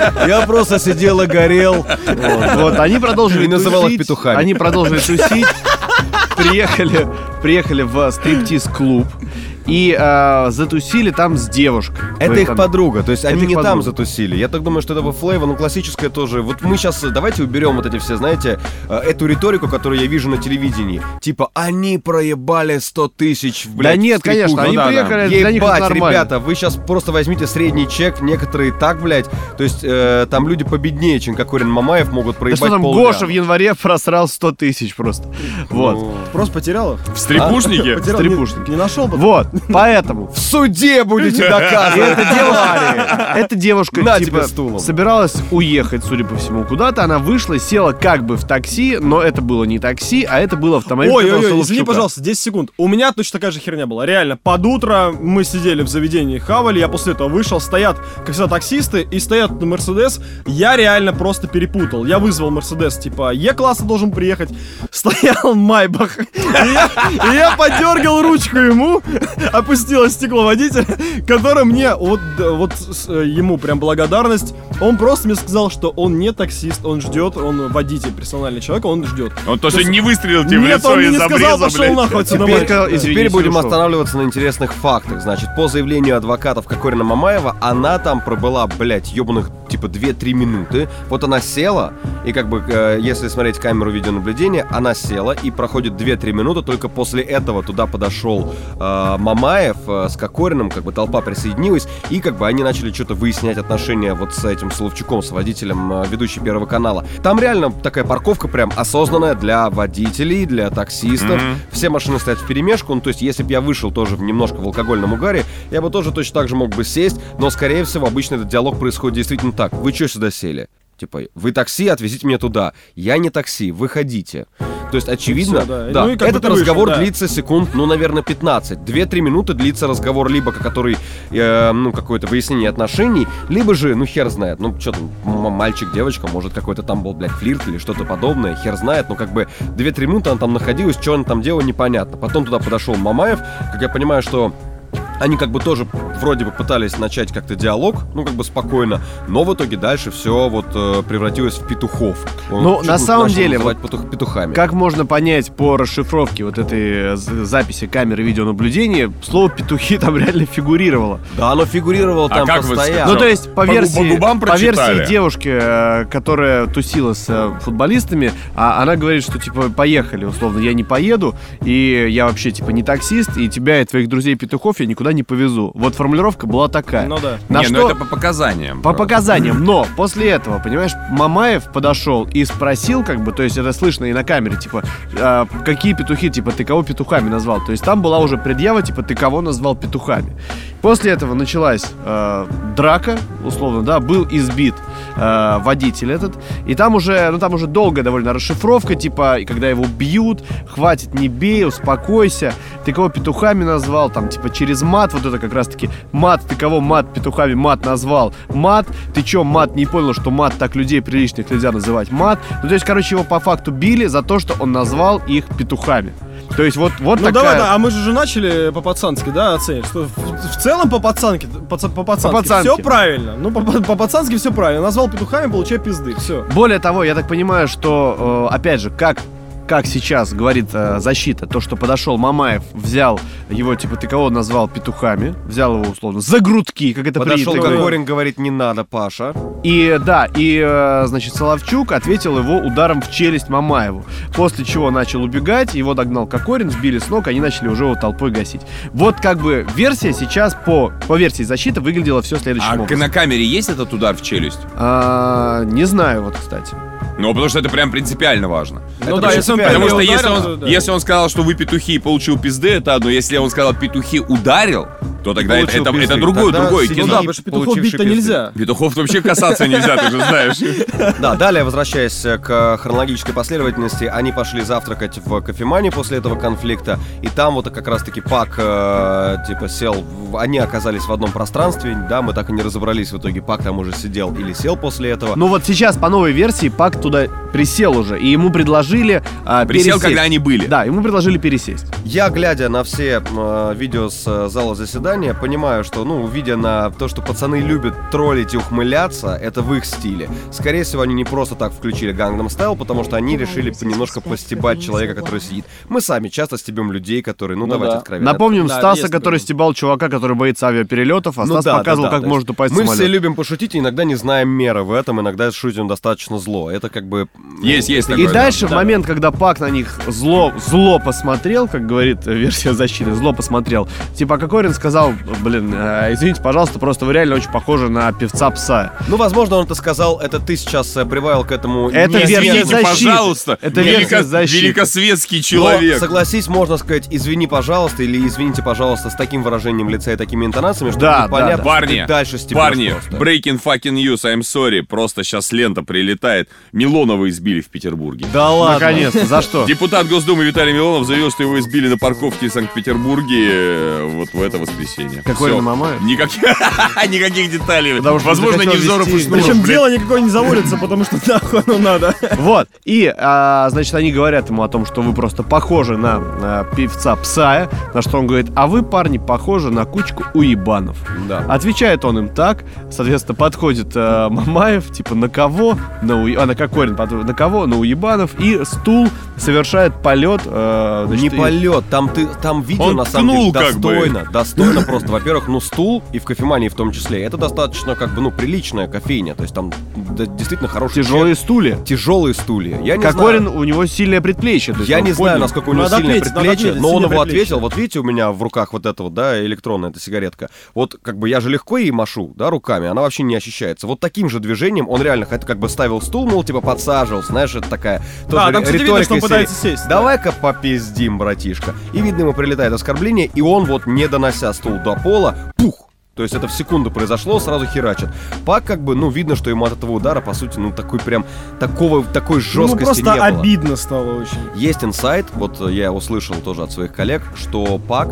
S2: Я просто сидел и горел.
S5: Вот, вот, они продолжили
S2: И называл их
S5: тусить,
S2: петухами.
S5: Они продолжили тусить, приехали, приехали в стриптиз-клуб и э, затусили там с девушкой.
S2: Это
S5: В
S2: их
S5: этом-
S2: подруга, то есть
S5: Это
S2: они
S5: их
S2: не там
S5: подруга.
S2: затусили. Я так думаю, что это во Флейва, ну классическое тоже. Вот мы сейчас давайте уберем вот эти все, знаете, э, эту риторику, которую я вижу на телевидении. Типа, они проебали сто тысяч, блядь,
S5: Да нет,
S2: в стрипуху.
S5: конечно, они
S2: Ну да, да.
S5: приехали, для них это
S2: Ебать,
S5: нормально.
S2: ребята, вы сейчас просто возьмите средний чек, некоторые так, блядь. То есть э, там люди победнее, чем Кокорин, Мамаев могут
S5: Да
S2: проебать
S5: что там,
S2: полляма.
S5: Гоша в январе просрал сто тысяч просто. Вот.
S2: Ну,
S4: Просто потерял их.
S1: В стрипушнике?
S4: Потерял,
S5: Стрипушники.
S4: Не, не нашел бы.
S5: Вот, поэтому
S2: в суде будете
S5: И
S2: доказывать.
S5: эта девушка, эта девушка
S2: На
S5: типа,
S2: тебе стулом.
S5: собиралась уехать, судя по всему, куда-то. Она вышла, села как бы в такси, но это было не такси, а это был автомобиль.
S4: Ой, ой,
S5: которого
S4: ой, извини,
S5: Соловчука.
S4: пожалуйста, десять секунд. У меня точно такая же херня была. Реально, под утро мы сидели в заведении, хавали, я после этого вышел, стоят, как всегда, таксисты, и стоят на Мерседес. Я реально просто перепутал. Я вызвал Мерседес, типа, Е-класса должен приехать. Стоял Майбах. И я, и я подергал ручку ему, опустилось стекло водителя, который мне, вот, да, вот с- ему прям благодарность. Он просто мне сказал, что он не таксист, он ждет, он водитель, персональный человек, он ждет.
S1: Он то, что не выстрелил тебе в
S4: Нет,
S1: лицо
S4: он мне
S1: из
S4: не сказал,
S1: обреза,
S4: пошел
S1: блядь.
S4: нахуй отсюда.
S2: Теперь,
S5: сказал, извинись,
S2: теперь
S5: и
S2: будем
S5: ушел.
S2: останавливаться на интересных фактах. Значит, по заявлению адвокатов Кокорина Мамаева, она там пробыла, блядь, ебаных типа две-три минуты. Вот она села, и как бы, э, если смотреть камеру видеонаблюдения, она села, и проходит две-три минуты, только после этого туда подошел э, Мамаев э, с Кокориным, как бы толпа присоединилась, и как бы они начали что-то выяснять отношения вот с этим Соловчуком, с водителем э, ведущей Первого канала. Там реально такая парковка прям осознанная для водителей, для таксистов.
S1: Мгм.
S2: Все машины стоят вперемешку, ну то есть если бы я вышел тоже в немножко в алкогольном угаре, я бы тоже точно так же мог бы сесть, но скорее всего обычно этот диалог происходит действительно так. Вы что сюда сели? Типа, вы такси, отвезите меня туда. Я не такси, выходите. То есть, очевидно,
S4: всё, да.
S2: да,
S4: Ну и как бы
S2: этот
S4: ты вышел,
S2: разговор
S4: да.
S2: длится секунд, ну, наверное, пятнадцать. две-три минуты длится разговор, либо который, э, ну, какое-то выяснение отношений, либо же, ну, хер знает, ну, что там, м- мальчик, девочка, может, какой-то там был, блядь, флирт или что-то подобное, хер знает, но как бы две-три минуты она там находилась, что она там делала, непонятно. Потом туда подошел Мамаев, как я понимаю, что они как бы тоже вроде бы пытались начать как-то диалог, ну как бы спокойно, но в итоге дальше все вот э, превратилось в петухов. Он
S5: Ну,
S2: чуть
S5: на
S2: не
S5: самом
S2: начал
S5: деле,
S2: называть петух- петухами.
S5: Как можно понять по расшифровке вот этой э, з- записи камеры видеонаблюдения, слово «петухи» там реально фигурировало.
S2: Да, оно фигурировало
S1: А
S2: там
S1: как вы
S2: постоянно.
S5: Ну, то есть, по
S1: По гу-
S5: версии,
S1: по губам
S5: по
S1: прочитали?
S5: версии девушки, э, которая тусила с э, футболистами, а она говорит, что, типа, поехали, условно, я не поеду, и я вообще, типа, не таксист, и тебя и твоих друзей-петухов я никуда не повезу. Вот формулировка была такая.
S4: Ну да.
S5: На
S1: Не,
S5: что...
S1: ну это по показаниям.
S5: По
S1: просто.
S5: показаниям, но после этого, понимаешь, Мамаев подошел и спросил, как бы, то есть это слышно и на камере, типа, э, какие петухи, типа, ты кого петухами назвал? То есть там была уже предъява, типа, ты кого назвал петухами? После этого началась э, драка, условно, да, был избит э, водитель этот, и там уже, ну там уже долгая довольно расшифровка, типа, и когда его бьют, хватит, не бей, успокойся, ты кого петухами назвал, там, типа, через мат, вот это как раз-таки мат, ты кого мат петухами мат назвал, мат, ты чё, мат, не понял, что мат так людей приличных нельзя называть мат, ну то есть, короче, его по факту били за то, что он назвал их петухами. То есть вот, вот
S4: Ну
S5: такая...
S4: давай, да, а мы же уже начали по-пацански, да, оценить, что в, в целом по-пацански, по-пацански,
S5: По-пацански.
S4: все правильно. Ну, по- по- по-пацански все правильно. Назвал петухами, получай пизды, все.
S5: Более того, я так понимаю, что, э, опять же, как, как сейчас говорит э, защита, то, что подошел Мамаев, взял его, типа, ты кого назвал петухами, взял его, условно, за грудки, как это
S2: Подошел
S5: принято говорить.
S2: Кокорин, говорит, не надо, Паша.
S5: И, да, и, э, значит, Соловчук ответил его ударом в челюсть Мамаеву, после чего начал убегать, его догнал Кокорин, сбили с ног, они начали уже его толпой гасить. Вот, как бы, версия сейчас, по, по версии защиты, выглядела все следующим
S1: А
S5: образом.
S1: на камере есть этот удар в челюсть?
S5: А, не знаю, вот, кстати.
S1: Ну, потому что это прям принципиально важно.
S4: Ну
S2: Это
S4: да, если он
S2: принципиально.
S1: Потому что
S4: первый
S1: если
S4: ударил,
S1: он,
S4: то да.
S1: если он сказал, что вы петухи и получил пизды, это одно. Если он сказал петухи ударил, то то тогда это,
S2: Получил
S1: это, это
S2: пизды.
S1: другое,
S2: Тогда
S1: другое
S2: сиди,
S4: Ну
S1: кино.
S4: да, потому что петухов
S2: получивший
S4: бить-то
S2: пизды.
S4: нельзя.
S1: Петухов вообще касаться нельзя, ты же знаешь.
S2: Да, далее, возвращаясь к хронологической последовательности, они пошли завтракать в кофемане после этого конфликта, и там вот как раз-таки Пак, э, типа, сел, в- они оказались в одном пространстве, да, мы так и не разобрались в итоге, Пак там уже сидел или сел после этого.
S5: Ну вот сейчас по новой версии Пак туда присел уже, и ему предложили а,
S1: Присел,
S5: пересесть.
S1: когда они были.
S5: Да, ему предложили пересесть.
S2: Я, глядя на все э, видео с э, зала заседания, понимаю, что, ну, видя на то, что пацаны любят троллить и ухмыляться, это в их стиле. Скорее всего, они не просто так включили Gangnam Style, потому что они решили немножко постебать человека, который сидит. Мы сами часто стебем людей, которые, ну,
S4: Ну
S2: давайте
S4: да.
S2: откровенно.
S5: Напомним
S4: Да,
S5: Стаса,
S4: есть
S5: который
S4: такое.
S5: стебал чувака, который боится авиаперелетов, а
S2: Ну
S5: Стас
S2: да,
S5: показывал,
S2: да, да,
S5: как
S2: то
S5: может упасть
S2: Мы
S5: самолет.
S2: все любим пошутить и иногда не знаем меры в этом, иногда шутим достаточно зло. Это как бы...
S1: Есть, есть
S5: И
S1: такое, да.
S5: дальше, в момент, когда Пак на них зло, зло посмотрел, как говорит э, версия защиты, зло посмотрел, типа Кокорин сказал, блин, э, извините, пожалуйста, просто вы реально очень похожи на певца Пса.
S2: Ну, возможно, он это сказал, это ты сейчас э, прибавил к этому...
S5: Это
S2: не-
S5: версия
S1: Извините,
S5: защиты.
S1: пожалуйста.
S5: Это
S1: Велико-
S5: версия защиты.
S1: Великосветский
S2: Но,
S1: человек.
S2: согласись, можно сказать, извини, пожалуйста, или извините, пожалуйста, с таким выражением лица и такими интонациями, чтобы
S5: Да,
S2: было понятно,
S5: да,
S2: что
S1: Парни,
S2: ты дальше стебешь
S1: парни,
S2: просто.
S1: breaking fucking news, I'm sorry. Просто сейчас лента прилетает. Милонова избили в Петербурге.
S2: Да ладно.
S5: Наконец-то, за что?
S1: Депутат Госдумы Виталий Милонов заявил, что его избили на парковке в Санкт-Петербурге э, вот в это воскресенье.
S5: Какой
S1: Всё.
S5: он Мамаев?
S1: Никаких, никаких деталей.
S5: Потому что
S1: Возможно,
S5: захотел
S1: Невзоров и
S5: вести-
S1: Шнуров,
S4: Причем
S1: блядь.
S4: дело никакое не заводится, потому что нахуй оно надо.
S5: Вот, и, а, значит, они говорят ему о том, что вы просто похожи на, а, певца Псая, на что он говорит, а вы, парни, похожи на кучку уебанов.
S2: Да.
S5: Отвечает он им так, соответственно, подходит э, Мамаев, типа, на кого? На уе- а, на Кокорин, под- на кого? На уебанов, и стул совершает полет. э, значит,
S2: Не
S5: и-
S2: полет, там ты, там видео
S1: Он
S2: на самом
S1: ткнул
S2: деле
S1: как бы.
S2: достойно, достойно просто. Во-первых, ну стул и в кофемании в том числе, это достаточно как бы ну приличная кофейня, то есть там да, действительно хороший
S5: Тяжелые стулья.
S2: чек, тяжелые стулья. Я не
S5: Кокорин,
S2: знаю.
S5: у него сильное предплечье. то есть
S2: Я
S5: он
S2: не знаю,
S5: поднял.
S2: насколько у него
S4: Надо
S2: сильное
S4: ответить, надо
S2: предплечье,
S4: ответить,
S2: но он
S4: сильное
S2: его
S4: предплечье.
S2: ответил. Вот видите, у меня в руках вот эта вот, да, электронная эта сигаретка. Вот как бы я же легко ей машу, да, руками, она вообще не ощущается. Вот таким же движением он реально это как бы ставил стул, мол, типа подсаживался, знаешь, это такая тоже
S4: Да, там, кстати, видно,
S2: риторика
S4: что он
S2: из
S4: пытается
S2: серии,
S4: сесть, да.
S2: Давай-ка попиздим, братишка. И видно, ему прилетает оскорбление, и он вот, не донося стул до пола, пух! То есть это в секунду произошло, сразу херачит. Пак как бы, ну, видно, что ему от этого удара, по сути, ну, такой прям, такого, такой
S4: Ну,
S2: жесткости
S4: просто
S2: не было.
S4: обидно стало очень.
S2: Есть инсайт, вот э, я услышал тоже от своих коллег, что Пак,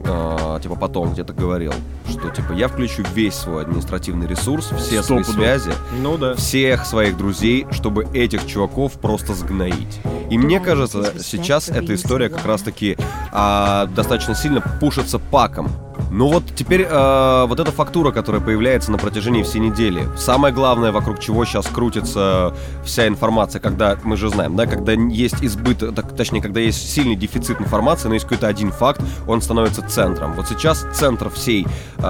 S2: э, типа потом где-то говорил, что типа я включу весь свой административный ресурс, все свои
S5: Стопудово.
S2: связи,
S4: Ну да.
S2: всех своих друзей, чтобы этих чуваков просто сгноить. И мне кажется, сейчас эта история как раз-таки а, достаточно сильно пушится Паком. Ну вот теперь э, вот эта фактура, которая появляется на протяжении всей недели. Самое главное, вокруг чего сейчас крутится вся информация, когда, мы же знаем, да, когда есть избыток, так, точнее, когда есть сильный дефицит информации, но есть какой-то один факт, он становится центром. Вот сейчас центр всей,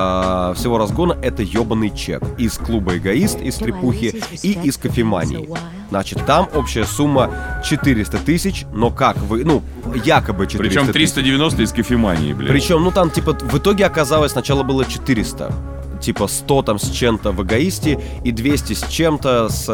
S2: э, всего разгона — это ебаный чек из клуба «Эгоист», из «Трепухи» и из «Кофемании». Значит, там общая сумма четыреста тысяч, но как вы, ну, якобы четыреста
S1: Причем
S2: тысяч.
S1: триста девяносто из кофемании, блядь.
S2: Причем, ну там, типа, в итоге оказалось, сначала было четыреста. Типа сто там с чем-то в «Эгоисте» и двести с чем-то с,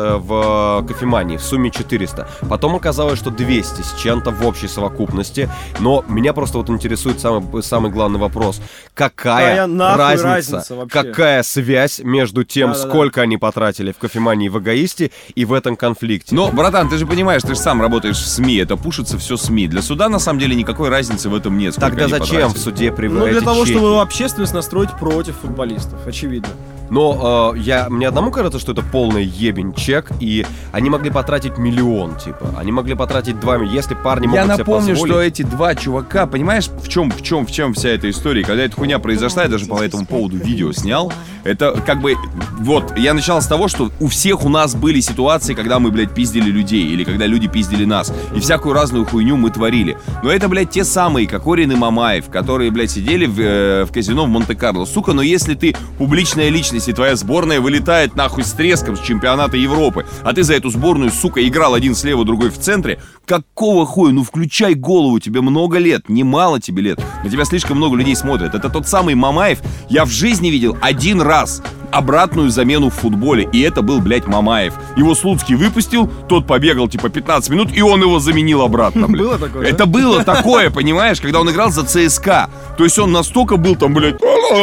S2: в кофемании, в сумме четыреста. Потом оказалось, что двести с чем-то в общей совокупности. Но меня просто вот интересует самый, самый главный вопрос. Какая
S4: Какая нахуй
S2: разница,
S4: разница вообще?
S2: какая связь между тем,
S4: Да-да-да.
S2: сколько они потратили в кофемании и в «Эгоисте» и в этом конфликте?
S1: Но, братан, ты же понимаешь, ты же сам работаешь в СМИ, это пушится все СМИ. Для суда, на самом деле, никакой разницы в этом нет. сколько
S2: Тогда
S1: они
S2: зачем в
S1: потратили.
S2: суде
S4: Ну,
S2: приводить
S4: для того,
S2: чеки?
S4: чтобы общественность настроить против футболистов, очевидно.
S2: Но э, я, мне одному кажется, что это полный ебень чек, и они могли потратить миллион, типа. Они могли потратить два миллиона, если парни могут
S1: Я
S2: себе
S1: напомню,
S2: позволить.
S1: что эти два чувака, понимаешь, в чем, в чем, в чем вся эта история? Когда эта хуйня произошла, я даже по этому поводу видео снял. Это как бы, вот, я начал с того, что у всех у нас были ситуации, когда мы, блядь, пиздили людей, или когда люди пиздили нас, и всякую разную хуйню мы творили. Но это, блядь, те самые Кокорин и Мамаев, которые, блядь, сидели в, э, в казино в Монте-Карло. Сука, но если ты публичная личность, и твоя сборная вылетает нахуй с треском с чемпионата Европы, а ты за эту сборную, сука, играл один слева, другой в центре, какого хуя? Ну включай голову, тебе много лет, немало тебе лет, на тебя слишком много людей смотрят. Это тот самый Мамаев, я в жизни видел один раз обратную замену в футболе, и это был, блядь, Мамаев. Его Слуцкий выпустил, тот побегал, типа, пятнадцать минут, и он его заменил обратно, блядь.
S4: Было такое, да?
S1: Это было такое, понимаешь, когда он играл за ЦСКА. То есть он настолько был там, блядь,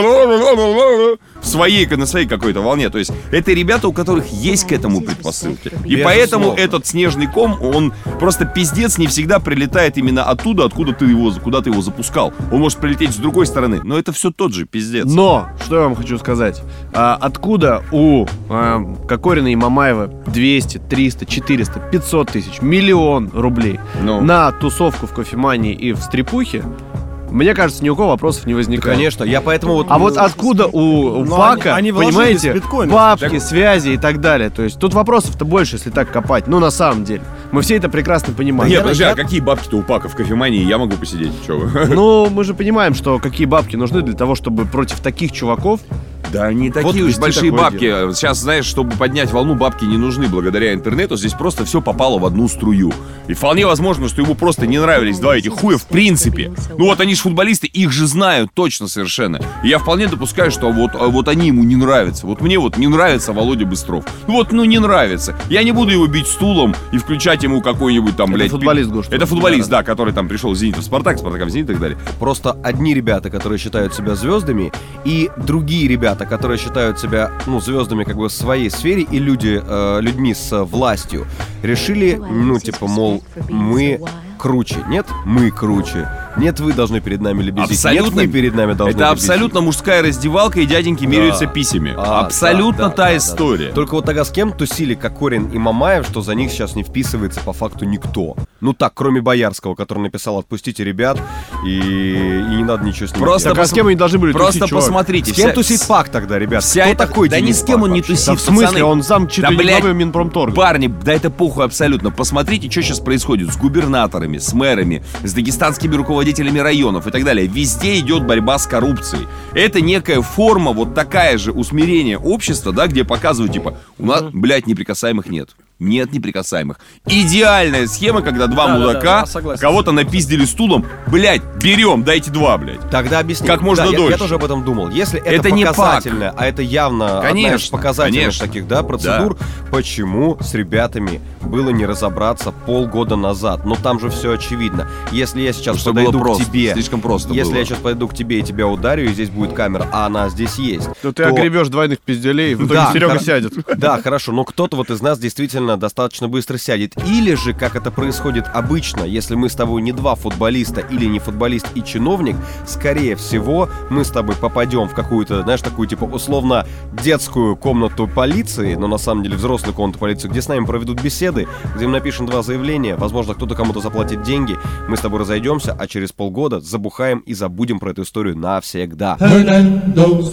S1: в своей, на своей какой-то волне. То есть это ребята, у которых есть к этому предпосылки. И
S2: Безусловно.
S1: поэтому этот снежный ком, он просто пиздец не всегда прилетает именно оттуда, откуда ты его, куда ты его запускал. Он может прилететь с другой стороны, но это все тот же пиздец.
S5: Но, что я вам хочу сказать. А, откуда у а, Кокорина и Мамаева двести, триста, четыреста, пятьсот тысяч, миллион рублей
S1: Ну.
S5: на тусовку в кофемании и в стрипухе, мне кажется, ни у кого вопросов не
S2: Да,
S5: возникает.
S2: конечно, я поэтому вот...
S5: А вот откуда у, у
S4: Но
S5: Пака,
S4: они- они вложились
S5: понимаете,
S4: в биткоины.
S5: бабки, связи и так далее. То есть тут вопросов-то больше, если так копать. Ну, на самом деле. Мы все это прекрасно понимаем.
S1: Нет,
S2: я-
S1: подожди,
S2: я-
S1: а какие бабки-то у Пака в кофемании? Я могу посидеть, чё вы?
S5: Ну, мы же понимаем, что какие бабки нужны для того, чтобы против таких чуваков...
S1: Да, не такие уж
S5: вести
S1: большие
S5: такое
S1: бабки. Сейчас, знаешь, чтобы поднять волну, бабки не нужны благодаря интернету. Здесь просто все попало в одну струю. И вполне возможно, что ему просто не нравились два этих хуя в принципе. Ну вот они же футболисты, их же знают точно совершенно. И я вполне допускаю, что вот, а вот они ему не нравятся. Вот мне вот не нравится Володя Быстров. Ну вот, ну не нравится. Я не буду его бить стулом и включать ему какой-нибудь там,
S5: Это
S1: блядь...
S5: футболист,
S1: пи-
S5: Гош.
S1: Это футболист, да, который там пришел из Зенита в Спартак, Спартака в Зенит и так далее.
S2: Просто одни ребята, которые считают себя звездами, и другие ребята, которые считают себя, ну, звездами как бы в своей сфере, и люди, э, людьми с э, властью, решили, ну, типа, мол, мы круче. Нет, мы круче. Нет, вы должны перед нами лебезить.
S1: Абсолютно.
S2: Нет, вы перед нами должны
S1: Это
S2: лебезить.
S1: абсолютно мужская раздевалка, и дяденьки меряются писями.
S2: А,
S1: Абсолютно
S2: да, да,
S1: та
S2: да, да,
S1: история.
S2: да. Только вот тогда с кем тусили Кокорин и Мамаев, что за них сейчас не вписывается по факту никто. Ну так, кроме Боярского, который написал «Отпустите ребят», и, и не надо ничего с ними
S1: Просто
S2: делать.
S5: Так а с кем они должны были
S1: Просто
S5: тусить, чувак?
S1: посмотрите.
S2: С кем
S1: вся-
S2: тусит Пак тогда, ребят?
S1: Вся
S2: Кто
S1: эта-
S2: такой
S1: Да ни
S2: Денис
S1: с кем
S2: Пак
S1: он не
S2: вообще?
S1: тусит.
S5: Да в смысле?
S1: пацаны.
S5: Он зам чуть
S1: Да,
S5: ли не
S1: блядь,
S5: главы Минпромторга.
S1: Парни, да это похуй абсолютно. Посмотрите, что сейчас происходит с губернаторами, с мэрами, с дагестанскими руководителями районов и так далее. Везде идет борьба с коррупцией. Это некая форма, вот такая же усмирение общества, да, где показывают, типа, у нас, блядь, неприкасаемых нет. Нет неприкасаемых. Идеальная схема, когда два
S4: Да, да,
S1: мудака
S4: да, согласен.
S1: кого-то напиздили стулом. Блядь, берем, дайте два, блядь.
S2: Тогда объясни.
S1: Как можно
S2: Да, я-
S1: дольше.
S2: Я, тоже об этом думал. Если это,
S1: Это не Пак.
S2: показательное, а это явно одна из
S1: Конечно,
S2: показательных
S1: конечно.
S2: таких, да, процедур, почему с ребятами было не разобраться полгода назад? Но там же все очевидно. Если я сейчас
S1: Что
S2: подойду
S1: было просто,
S2: к тебе,
S1: слишком просто
S2: если
S1: было.
S2: я сейчас подойду к тебе и тебя ударю, и здесь будет камера, а она здесь есть,
S5: То ты
S2: то-
S5: огребешь двойных пизделей, в итоге
S2: Да,
S5: Серега
S2: хор-
S5: сядет.
S2: Да, хорошо, но кто-то вот из нас действительно достаточно быстро сядет. Или же, как это происходит обычно, если мы с тобой не два футболиста или не футболист и чиновник, скорее всего, мы с тобой попадем в какую-то, знаешь, такую, типа, условно детскую комнату полиции, но на самом деле взрослую комнату полиции, где с нами проведут беседы, где мы напишем два заявления, возможно, кто-то кому-то заплатит деньги, мы с тобой разойдемся, а через полгода забухаем и забудем про эту историю навсегда.
S6: Hernando's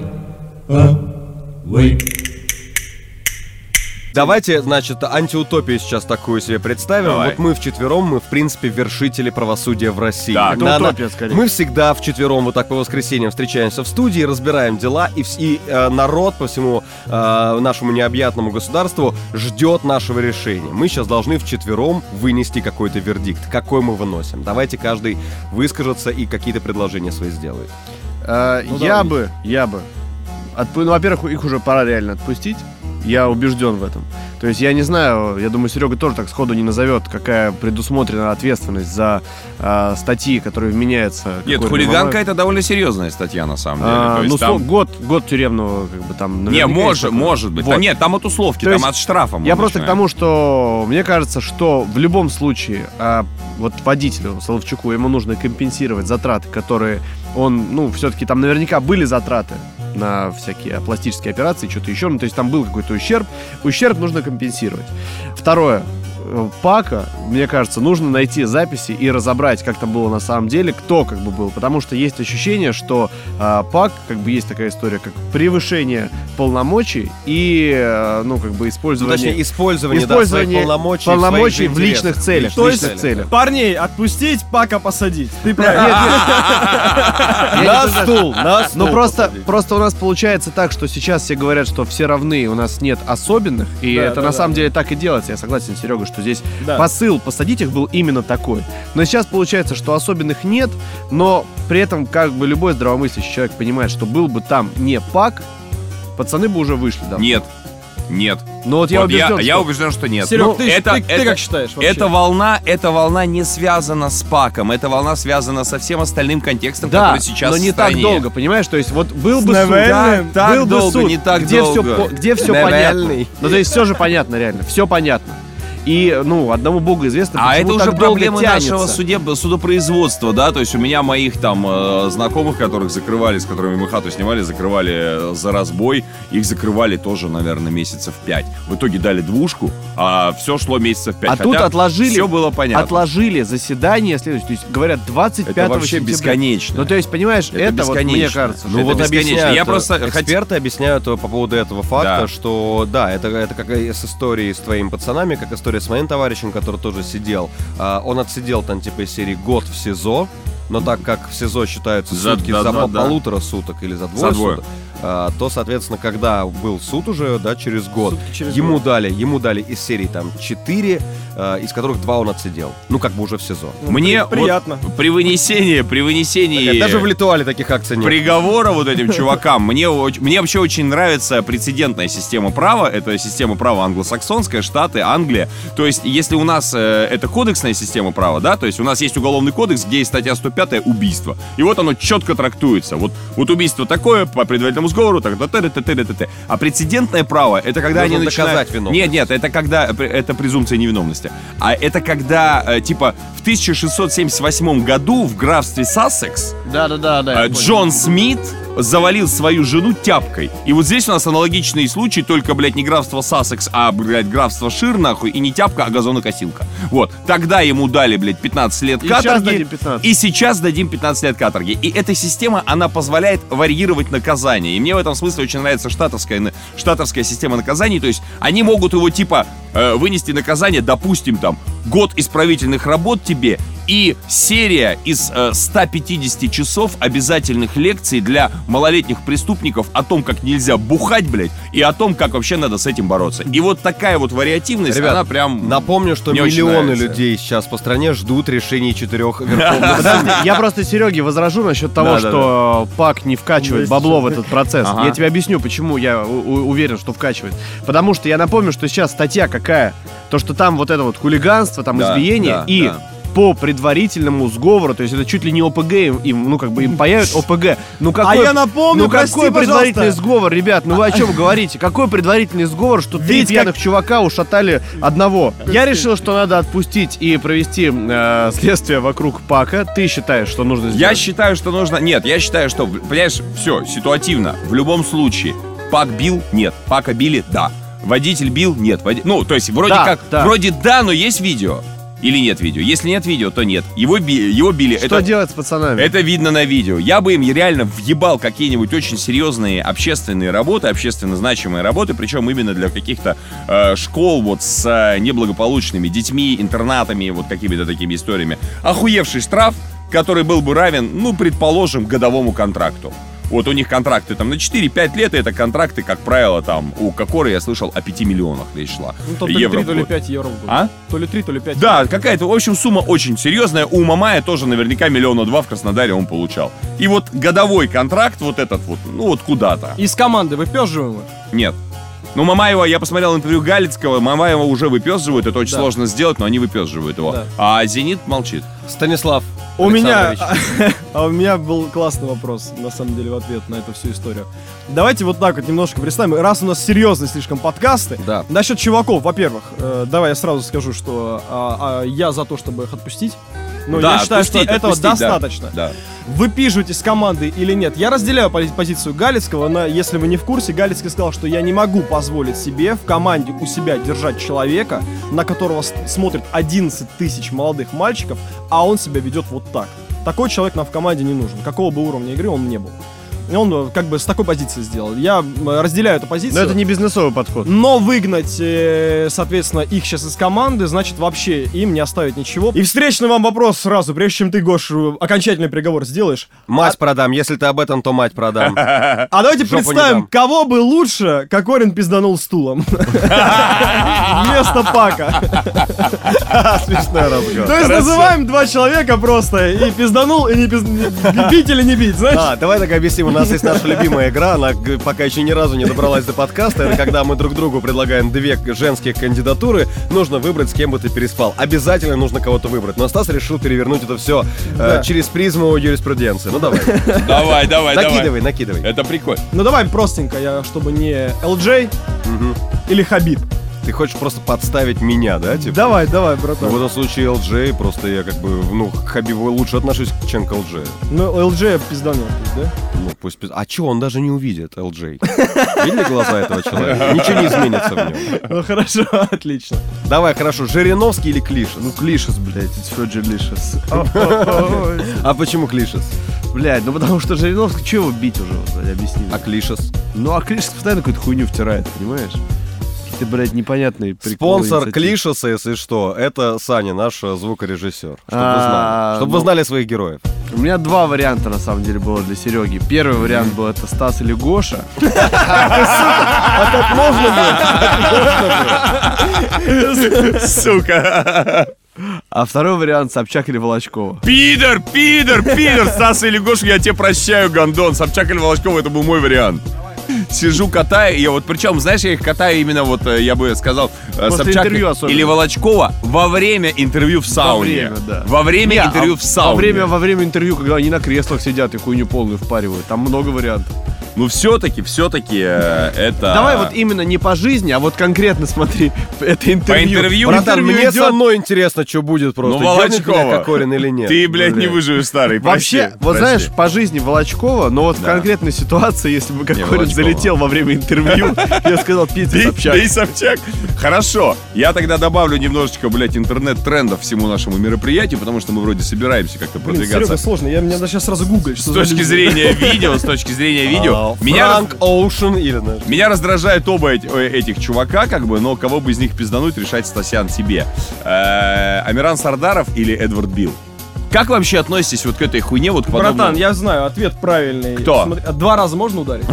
S6: Highway.
S2: Давайте, значит, антиутопию сейчас такую себе представим.
S1: Давай.
S2: Вот мы вчетвером, мы, в принципе, вершители правосудия в России.
S1: Так.
S5: Это
S2: На- на-
S5: утопия, скорее.
S2: Мы всегда вчетвером вот так по воскресеньям встречаемся в студии, разбираем дела, и, вс- и, э, народ по всему э, нашему необъятному государству ждет нашего решения. Мы сейчас должны вчетвером вынести какой-то вердикт. Какой мы выносим? Давайте каждый выскажется и какие-то предложения свои сделает.
S5: А,
S2: Ну,
S5: я
S2: давай.
S5: бы, я бы. отпу- Ну, во-первых, их уже пора реально отпустить. Я убежден в этом. То есть я не знаю, я думаю, Серега тоже так сходу не назовет, какая предусмотрена ответственность за а, статьи, которые вменяются.
S1: Нет,
S5: Кокорину и
S1: хулиганка
S5: Мамаеву.
S1: это довольно серьезная статья, на самом деле.
S5: А,
S1: То есть
S5: ну,
S1: там-
S5: сто- год, год тюремного, как бы там.
S1: Не,
S5: наверняка есть
S1: может,
S5: такое.
S1: может быть.
S5: Вот.
S1: Там нет, там от условки,
S5: То
S1: там
S5: есть
S1: от штрафа. мы
S5: Я просто к
S1: начинаем.
S5: тому, что мне кажется, что в любом случае а, вот водителю Соловчуку ему нужно компенсировать затраты, которые он, ну, все-таки там наверняка были затраты на всякие пластические операции, что-то еще, ну, то есть там был какой-то ущерб. Ущерб нужно компенсировать. Второе. э, Пака, мне кажется, нужно найти записи и разобрать, как там было на самом деле, кто как бы был. Потому что есть ощущение, что э, Пак, как бы есть такая история, как превышение полномочий и, э, ну, как бы
S2: Ну,
S5: использование...
S2: точнее, использование, да,
S5: Использование
S2: своих полномочий,
S5: полномочий
S2: своих
S5: в
S2: же
S5: личных
S2: интересах.
S5: целях.
S2: В
S4: То
S2: личных
S4: есть
S2: целях.
S4: парней отпустить, Пака посадить. Ты правильно.
S5: Я
S2: На
S5: не знаю,
S2: стул, на стул
S5: Ну просто,
S2: посадить.
S5: просто у нас получается так, что сейчас все говорят, что все равны, у нас нет особенных, и
S4: Да,
S5: это
S4: да,
S5: на
S4: да.
S5: самом деле так и делается. Я согласен с Серегой, что здесь
S4: Да.
S5: посыл посадить их был именно такой. Но сейчас получается, что особенных нет, но при этом как бы любой здравомыслящий человек понимает, что был бы там не Пак, пацаны бы уже вышли, да.
S1: Нет. Нет.
S5: Ну вот я
S1: Вот
S5: убежден,
S1: я,
S5: что-
S1: я убежден, что нет.
S4: Серег,
S1: Ну,
S4: ты,
S1: это,
S4: ты- ты
S1: это-
S4: как считаешь вообще?
S1: Эта волна, эта волна не связана с Паком, эта волна связана со всем остальным контекстом,
S5: Да,
S1: который сейчас
S5: но
S1: в
S5: не
S1: стране.
S5: так долго, понимаешь? То есть вот был
S4: С
S5: бы суд,
S4: Навальным?
S5: да,
S1: Так
S5: был бы
S1: долго,
S5: суд,
S1: не так
S5: где все,
S1: долго.
S5: где все
S2: Навальный.
S5: понятно. Ну то есть все же понятно, реально, все понятно. И, ну, одному богу известно,
S1: А
S5: почему
S1: это уже
S5: так долго
S1: проблемы
S5: тянется.
S1: нашего судеб- судопроизводства, да, то есть у меня моих там э, знакомых, которых закрывали, с которыми мы хату снимали, закрывали э, за разбой, их закрывали тоже, наверное, месяцев пять. В итоге дали двушку, а все шло месяцев пять.
S5: А тут отложили,
S1: Все было понятно.
S5: отложили заседание следующее. То есть, говорят, двадцать пятого
S1: Это вообще
S5: сентября.
S1: бесконечно.
S5: Ну, то есть, понимаешь,
S1: Это
S5: это, вот, мне
S1: бесконечно.
S5: кажется,
S1: Ну,
S5: что
S2: Ну вот
S1: это бесконечно.
S2: объясняют,
S1: Я просто хот-
S2: эксперты объясняют по поводу этого факта,
S1: Да.
S2: что да, это, это как и с историей с твоими пацанами, как история с моим товарищем, который тоже сидел. А, он отсидел там типа из серии год в СИЗО, но так как в СИЗО считаются
S1: За-
S2: сутки
S1: да,
S2: за
S1: да,
S2: пол-
S1: да.
S2: полутора суток или за двое,
S1: За двое.
S2: суток, а, то, соответственно, когда был суд уже, да, через год,
S4: Сутки через
S2: ему
S4: год.
S2: дали, ему дали из серии там четыре, а, из которых два он отсидел. Ну, как бы уже в СИЗО.
S4: Ну,
S1: Мне
S4: при- приятно.
S1: вот при вынесении, при вынесении
S2: Даже в Литуале таких акций нет.
S1: приговора вот этим чувакам, мне, оч- мне вообще очень нравится прецедентная система права. Это система права англосаксонская, Штаты, Англия. То есть, если у нас э, это кодексная система права, да, то есть у нас есть уголовный кодекс, где есть статья сто пятая убийство. И вот оно четко трактуется. Вот, вот убийство такое, по предварительному сговору, так, т т т т т т А прецедентное право, это когда
S2: Нужно
S1: они
S2: доказать
S1: начинают...
S2: виновность.
S1: Нет, нет, это когда, это презумпция невиновности. А это когда, э, типа, в тысяча шестьсот семьдесят восьмом году в графстве Сассекс
S5: Да-да-да. да,
S1: а, Джон Смит завалил свою жену тяпкой. И вот здесь у нас аналогичный случай, только, блядь, не графство Сассекс, а, блядь, графство Шир, нахуй, и не тяпка, а газонокосилка. Вот. Тогда ему дали, блядь, пятнадцать лет
S5: И
S1: каторги.
S5: сейчас дадим пятнадцать.
S1: И сейчас дадим пятнадцать лет каторги. И эта система, она позволяет варьировать наказание. И мне в этом смысле очень нравится штатовская, на- штатовская система наказаний. То есть они могут его, типа, э, вынести наказание, допустим, там, год исправительных работ тебе и серия из э, ста пятидесяти часов обязательных лекций для малолетних преступников о том, как нельзя бухать, блядь, и о том, как вообще надо с этим бороться. И вот такая вот вариативность,
S2: Ребят,
S1: она прям...
S2: Напомню, что
S1: Мне очень
S2: миллионы
S1: нравится.
S2: людей сейчас по стране ждут решений четырех верховных
S5: Подожди, я просто Сереге возражу насчет того,
S1: Да, да,
S5: что ПАК не вкачивает
S4: Есть
S5: бабло в
S4: что-то.
S5: этот процесс.
S1: Ага.
S5: Я тебе объясню, почему я у- у- уверен, что вкачивает. Потому что я напомню, что сейчас статья какая? То, что там вот это вот хулиганство, там
S1: Да,
S5: избиение
S1: да,
S5: и...
S1: да.
S5: по предварительному сговору, то есть это чуть ли не ОПГ им, им, ну как бы им паяют ОПГ. Ну какой,
S4: А я напомню,
S5: ну
S4: прости,
S5: какой предварительный
S4: пожалуйста.
S5: сговор, ребят, ну вы о чем говорите? Какой предварительный сговор, что три
S4: Ведь
S5: пьяных чувака ушатали одного? Я решил, что надо отпустить и провести э, следствие вокруг ПАКа. Ты считаешь, что нужно сделать?
S1: Я считаю, что нужно... Нет, я считаю, что, понимаешь, все, ситуативно. В любом случае. Пак бил? Нет. Пака били? Да. Водитель бил? Нет. Води- Ну, то есть, вроде
S5: Да,
S1: как...
S5: да.
S1: Вроде да, но есть видео. Или нет видео. Если нет видео, то нет. Его, би- его били.
S5: Что
S1: это...
S5: делать с пацанами?
S1: Это видно на видео. Я бы им реально въебал какие-нибудь очень серьезные общественные работы, общественно значимые работы, причем именно для каких-то э, школ вот с э, неблагополучными детьми, интернатами, вот какими-то такими историями. Охуевший штраф, который был бы равен, ну, предположим, годовому контракту. Вот у них контракты там на четыре-пять лет, и это контракты, как правило, там, у Кокоры, я слышал, о пяти миллионах речь шла.
S4: Ну, то ли
S1: евро
S4: три,
S1: в
S4: то ли
S1: год.
S4: пять евро в год.
S1: А?
S4: То ли три, то ли пять.
S1: Да, какая-то, в общем, сумма очень серьезная. У Мамая тоже наверняка миллиона два в Краснодаре он получал. И вот годовой контракт вот этот вот, ну вот куда-то.
S4: Из команды выпёживаем их.
S1: Нет. Ну, Мамаева, я посмотрел интервью Галицкого, Мамаева уже выпёзживают, это очень
S4: Да.
S1: сложно сделать, но они выпёзживают его.
S4: Да.
S1: А Зенит молчит.
S2: Станислав
S4: У меня,
S2: Александрович.
S4: а у меня был классный вопрос, на самом деле, в ответ на эту всю историю. Давайте вот так вот немножко представим, раз у нас серьезные слишком подкасты.
S2: Да.
S4: Насчет чуваков, во-первых, э, давай я сразу скажу, что а, а, я за то, чтобы их отпустить. Но
S1: Да,
S4: я считаю,
S1: отпустить,
S4: что этого
S1: отпустить, да.
S4: достаточно.
S1: Да.
S4: Выпиживаете с команды или нет. Я разделяю пози- позицию Галицкого, но если вы не в курсе, Галицкий сказал, что я не могу позволить себе в команде у себя держать человека, на которого с- смотрит одиннадцать тысяч молодых мальчиков, а он себя ведет вот так. Такой человек нам в команде не нужен. Какого бы уровня игры он не был. И он э, как бы с такой позиции сделал. Я м, разделяю эту позицию.
S5: Но это не бизнесовый подход.
S4: Но выгнать, э, соответственно, их сейчас из команды, значит, вообще им не оставить ничего. И встречный вам вопрос сразу, прежде чем ты, Гош, э, окончательный приговор сделаешь.
S2: Мать продам, если ты об этом, то мать продам.
S4: А давайте
S2: Жопу не
S4: представим,
S2: дам.
S4: кого бы лучше Кокорин пизданул стулом. Вместо Пака.
S2: Смешной разговор.
S4: То есть называем два человека просто и пизданул, и не пизданул. Бить или не бить, знаешь?
S2: А, давай так объясним. У нас есть наша любимая игра, она г- пока еще ни разу не добралась до подкаста. Это когда мы друг другу предлагаем две женские кандидатуры, нужно выбрать, с кем бы ты переспал. Обязательно нужно кого-то выбрать. Но Стас решил перевернуть это все
S4: Да.
S2: э, через призму юриспруденции. Ну давай.
S1: Давай, давай,
S2: Накидывай,
S1: давай.
S2: накидывай.
S1: Это прикольно.
S4: Ну давай простенько, я, чтобы не эл джей или Хабиб.
S2: Ты хочешь просто подставить меня, да? Типа?
S4: Давай, давай,
S2: Ну,
S4: братан.
S2: в этом случае эл джей, просто я как бы, ну, к Хабибу лучше отношусь, чем к эл джей.
S4: Ну, эл джей пизданул, да?
S2: Ну, пусть... пиз- А чё, он даже не увидит, эл джей? Видели глаза этого человека? Ничего не изменится в нем.
S4: Ну хорошо, отлично.
S2: Давай, хорошо, Жириновский или Клишес?
S5: Ну, Клишес, блядь, it's for delicious.
S2: А почему Клишес?
S5: Блядь, ну потому что Жириновский, что его бить уже, вот, блядь, объясни.
S2: А Клишес?
S5: Ну, а Клишес постоянно какую-то хуйню втирает, понимаешь? Какие-то, блядь, непонятные приколы.
S2: Спонсор
S5: инициативы.
S2: Клишеса, если что, это Саня, наш э, звукорежиссер. Чтобы вы
S5: А,
S2: знали. Чтобы вы
S5: ну-
S2: знали своих героев.
S5: У меня два варианта, на самом деле, было для Сереги. Первый вариант был это Стас или Гоша.
S1: Сука.
S5: А второй вариант Собчак или Волочкова.
S1: Пидор, пидор, пидор. Стас или Гоша, я тебе прощаю, гондон. Собчак или Волочкова, это был мой вариант. Сижу, катаю, и я вот, причем, знаешь, я их катаю именно вот, э, я бы сказал, э,
S5: После
S1: Собчак
S5: интервью особенно.
S1: или Волочкова во время интервью в сауне.
S5: время, да.
S1: Во время
S5: Не,
S1: интервью
S5: а
S1: в сауне.
S5: Во время, во время интервью, когда они на креслах сидят и хуйню полную впаривают. Там много вариантов.
S1: Ну, все-таки, все-таки э, это...
S5: Давай вот именно не по жизни, а вот конкретно смотри, это интервью.
S1: интервью?
S2: Братан,
S5: Интервью
S2: мне
S5: идет.
S2: со мной интересно, что будет просто.
S1: Ну,
S2: Ёбнет меня
S1: Волочкова.
S2: Кокорин или нет?
S1: Ты, блядь, не
S2: Блядь.
S1: выживешь, старый, прости,
S5: Вообще, вот
S1: прости.
S5: знаешь, по жизни Волочкова, но вот в
S1: Да.
S5: конкретной ситуации, если бы Кокорин
S1: Волочкова.
S5: залетел во время интервью, я сказал, пиздец,
S1: Да
S5: Собчак.
S1: и Собчак. Хорошо, я тогда добавлю немножечко, блядь, интернет-трендов всему нашему мероприятию, потому что мы вроде собираемся как-то
S4: Блин,
S1: продвигаться.
S4: Серега, сложно, я мне надо сейчас сразу гуглить.
S1: С точки зрения видео, с точки зрения видео.
S2: А,
S1: Меня,
S2: Франк Оушен или... знаешь,
S1: меня раздражают оба эти- э, этих чувака, как бы, но кого бы из них пиздануть, решать Стасян себе. Э, Амиран Сардаров или Эдвард Билл? Как вы вообще относитесь вот к этой хуйне, вот к подобному?
S4: Братан, я знаю, ответ правильный.
S1: Кто?
S4: Смотри, а два раза можно ударить?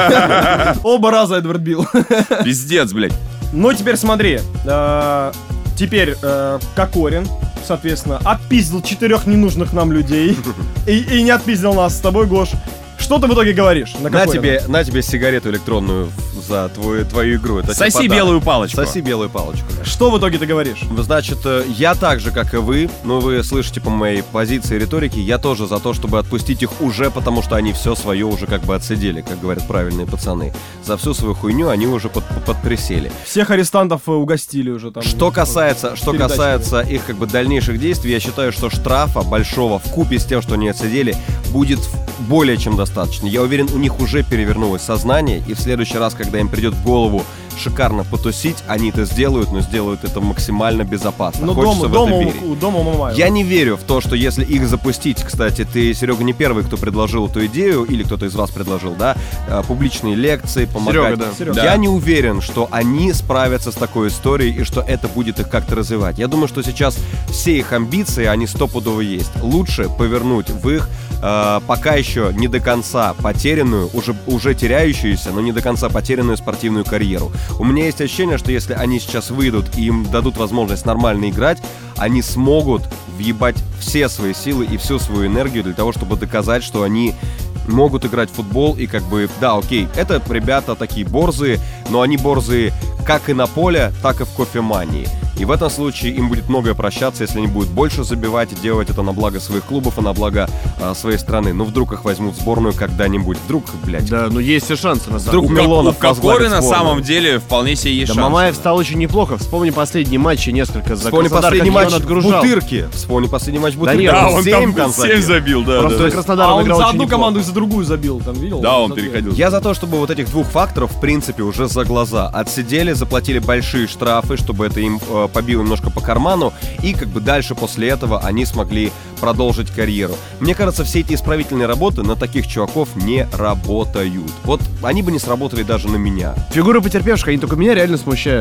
S4: Оба раза Эдвард Билл.
S1: Пиздец, блядь.
S4: Ну, теперь смотри. э, Теперь э, Кокорин, соответственно, отпиздил четырех ненужных нам людей. И, и не отпиздил нас с тобой, Гош. Что ты в итоге говоришь? На,
S2: На
S4: Кокорина?
S2: тебе, на тебе сигарету электронную за твою, твою игру. Это тебе
S1: Соси
S2: подарок.
S1: белую палочку.
S2: Соси белую палочку.
S4: Что в итоге ты говоришь?
S2: Значит, э, я так же, как и вы, ну вы слышите по моей позиции и риторике, я тоже за то, чтобы отпустить их уже, потому что они все свое уже как бы отсидели, как говорят правильные пацаны. За всю свою хуйню они уже под, подприсели.
S4: Всех арестантов э, угостили уже там.
S2: Что касается, что
S4: Передачи.
S2: касается их как бы дальнейших действий, я считаю, что штрафа большого вкупе с тем, что они отсидели, будет более чем достаточно. Я уверен, у них уже перевернулось сознание, и в следующий раз, когда им придет в голову шикарно потусить, они это сделают, но сделают это максимально безопасно.
S4: Ну,
S2: Хочется
S4: дома,
S2: в
S4: дома,
S2: это верить.
S4: у, дома у Мамаева.
S2: Я не верю в то, что если их запустить, кстати, ты, Серега, не первый, кто предложил эту идею, или кто-то из вас предложил, да, э, публичные лекции, помогать.
S5: Серега, да.
S4: Серега.
S2: Я
S1: Да.
S2: не уверен, что они справятся с такой историей и что это будет их как-то развивать. Я думаю, что сейчас все их амбиции, они стопудово есть. Лучше повернуть в их э, пока еще не до конца потерянную, уже, уже теряющуюся, но не до конца потерянную спортивную карьеру. У меня есть ощущение, что если они сейчас выйдут и им дадут возможность нормально играть, они смогут въебать все свои силы и всю свою энергию для того, чтобы доказать, что они могут играть в футбол и как бы, да, окей, это ребята такие борзые, но они борзые как и на поле, так и в кофемании. И в этом случае им будет многое прощаться, если они будут больше забивать и делать это на благо своих клубов и на благо а, своей страны. Ну, вдруг их возьмут в сборную когда-нибудь. Вдруг, блядь.
S5: Да, ну есть все шансы на самом
S2: Вдруг
S1: У,
S5: деле.
S1: Кок-
S2: Милонов
S1: у Кокорина
S2: возглавит
S1: на
S2: сборную.
S1: самом деле вполне себе есть
S5: Да
S1: шансы.
S5: Мамаев стал очень неплохо. Вспомни последние матчи несколько за
S2: Вспомни
S5: Краснодар,
S2: последний
S5: какие
S2: матч
S5: он отгружал.
S2: Бутырки. Вспомни последний матч Бутырки.
S5: нет,
S1: Да,
S2: Он
S1: он
S2: семь
S1: там
S2: забил.
S1: семь забил, да.
S5: Просто
S1: да,
S5: за
S1: да.
S5: Краснодар
S4: А
S5: он
S4: он
S5: играл
S4: за
S5: очень
S4: одну
S5: неплохо.
S4: команду и за другую забил, там видел?
S1: Да, он
S4: За
S1: переходил.
S2: Я за то, чтобы вот этих двух факторов, в принципе, уже за глаза отсидели, заплатили большие штрафы, чтобы это им э, побило немножко по карману, и как бы дальше после этого они смогли продолжить карьеру. Мне кажется, все эти исправительные работы на таких чуваков не работают. Вот они бы не сработали даже на меня.
S5: Фигуры потерпевших, они только меня реально смущают.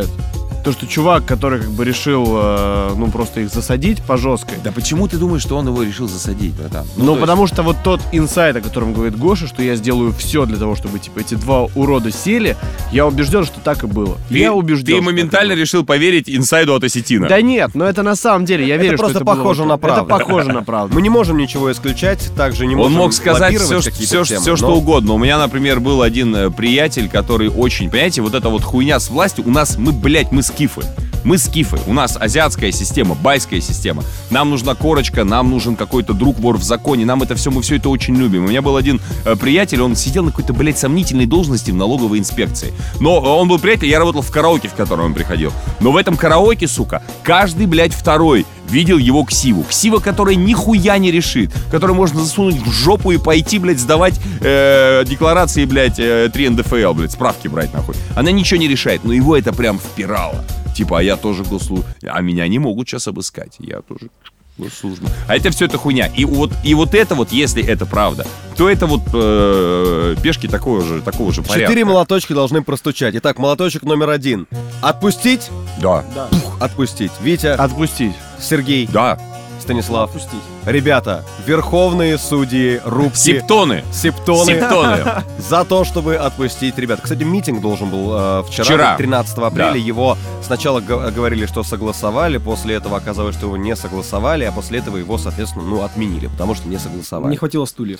S5: То, что чувак, который как бы решил, э, ну, просто их засадить по жесткой.
S1: Да почему ты думаешь, что он его решил засадить, братан?
S5: Ну,
S1: то
S5: потому что вот тот инсайт, о котором говорит Гоша, что я сделаю все для того, чтобы, типа, эти два урода сели, я убежден, что так и было.
S1: Ты,
S5: я убежден.
S1: Ты
S5: что
S1: моментально
S5: так и
S1: решил поверить инсайду от осетина.
S5: было. Да нет, но это на самом деле, я
S2: Это
S5: верю,
S2: просто
S5: что это было
S2: похоже
S5: вот
S2: на
S5: так. Это
S2: правду.
S5: похоже на правду.
S2: Мы не можем ничего исключать, также не
S1: Он
S2: можем
S1: мог сказать
S2: лоббировать
S1: все,
S2: какие-то
S1: все,
S2: темы,
S1: все, что
S2: но-
S1: угодно. У меня, например, был один э, приятель, который очень, понимаете, вот эта вот хуйня с властью, у нас, мы, блядь, мы скифы. Мы скифы, у нас азиатская система, байская система. Нам нужна корочка, нам нужен какой-то друг вор в законе, нам это все, мы все это очень любим. У меня был один э, приятель, он сидел на какой-то, блядь, сомнительной должности в налоговой инспекции. Но э, он был приятель, я работал в караоке, в котором он приходил. Но в этом караоке, сука, каждый, блядь, второй видел его ксиву. Ксива, которая нихуя не решит, которую можно засунуть в жопу и пойти, блядь, сдавать э, декларации, блядь, э, три эн дэ эф эл, блядь, справки брать, нахуй. Она ничего не решает, но его это прям впирало. Типа, а я тоже госслужба, а меня не могут сейчас обыскать, я тоже госслужба. А это все это хуйня. И вот, и вот это вот, если это правда, то это вот э, пешки такого же, такого же порядка.
S2: Четыре молоточка должны простучать. Итак, молоточек номер один. Отпустить?
S1: Да.
S2: Пух, отпустить. Витя,
S5: Отпустить.
S2: Сергей,
S1: Да.
S2: Станислав. Ребята, верховные судьи рубки.
S1: Септоны.
S2: Септоны.
S1: Септоны.
S2: За то, чтобы отпустить ребят. Кстати, митинг должен был э, вчера,
S1: Вчера.
S2: тринадцатого апреля.
S1: Да.
S2: Его сначала г- говорили, что согласовали, после этого оказалось, что его не согласовали, а после этого его, соответственно, ну, отменили, потому что не согласовали.
S4: Не хватило стульев.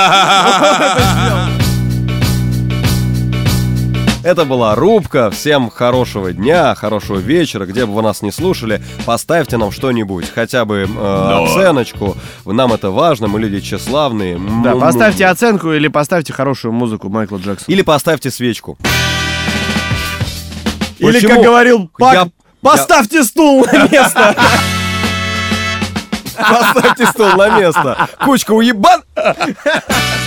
S2: Это была рубка. Всем хорошего дня, хорошего вечера, где бы вы нас не слушали. Поставьте нам что-нибудь, хотя бы э, оценочку. Нам это важно, мы люди тщеславные.
S5: Да,
S2: М-м-м.
S5: поставьте оценку или поставьте хорошую музыку Майкла Джексона.
S2: Или поставьте свечку.
S4: Или,
S2: Почему?
S4: как говорил Пак,
S2: Я-
S4: поставьте стул на место.
S2: Поставьте стол на место. Кучка уебан.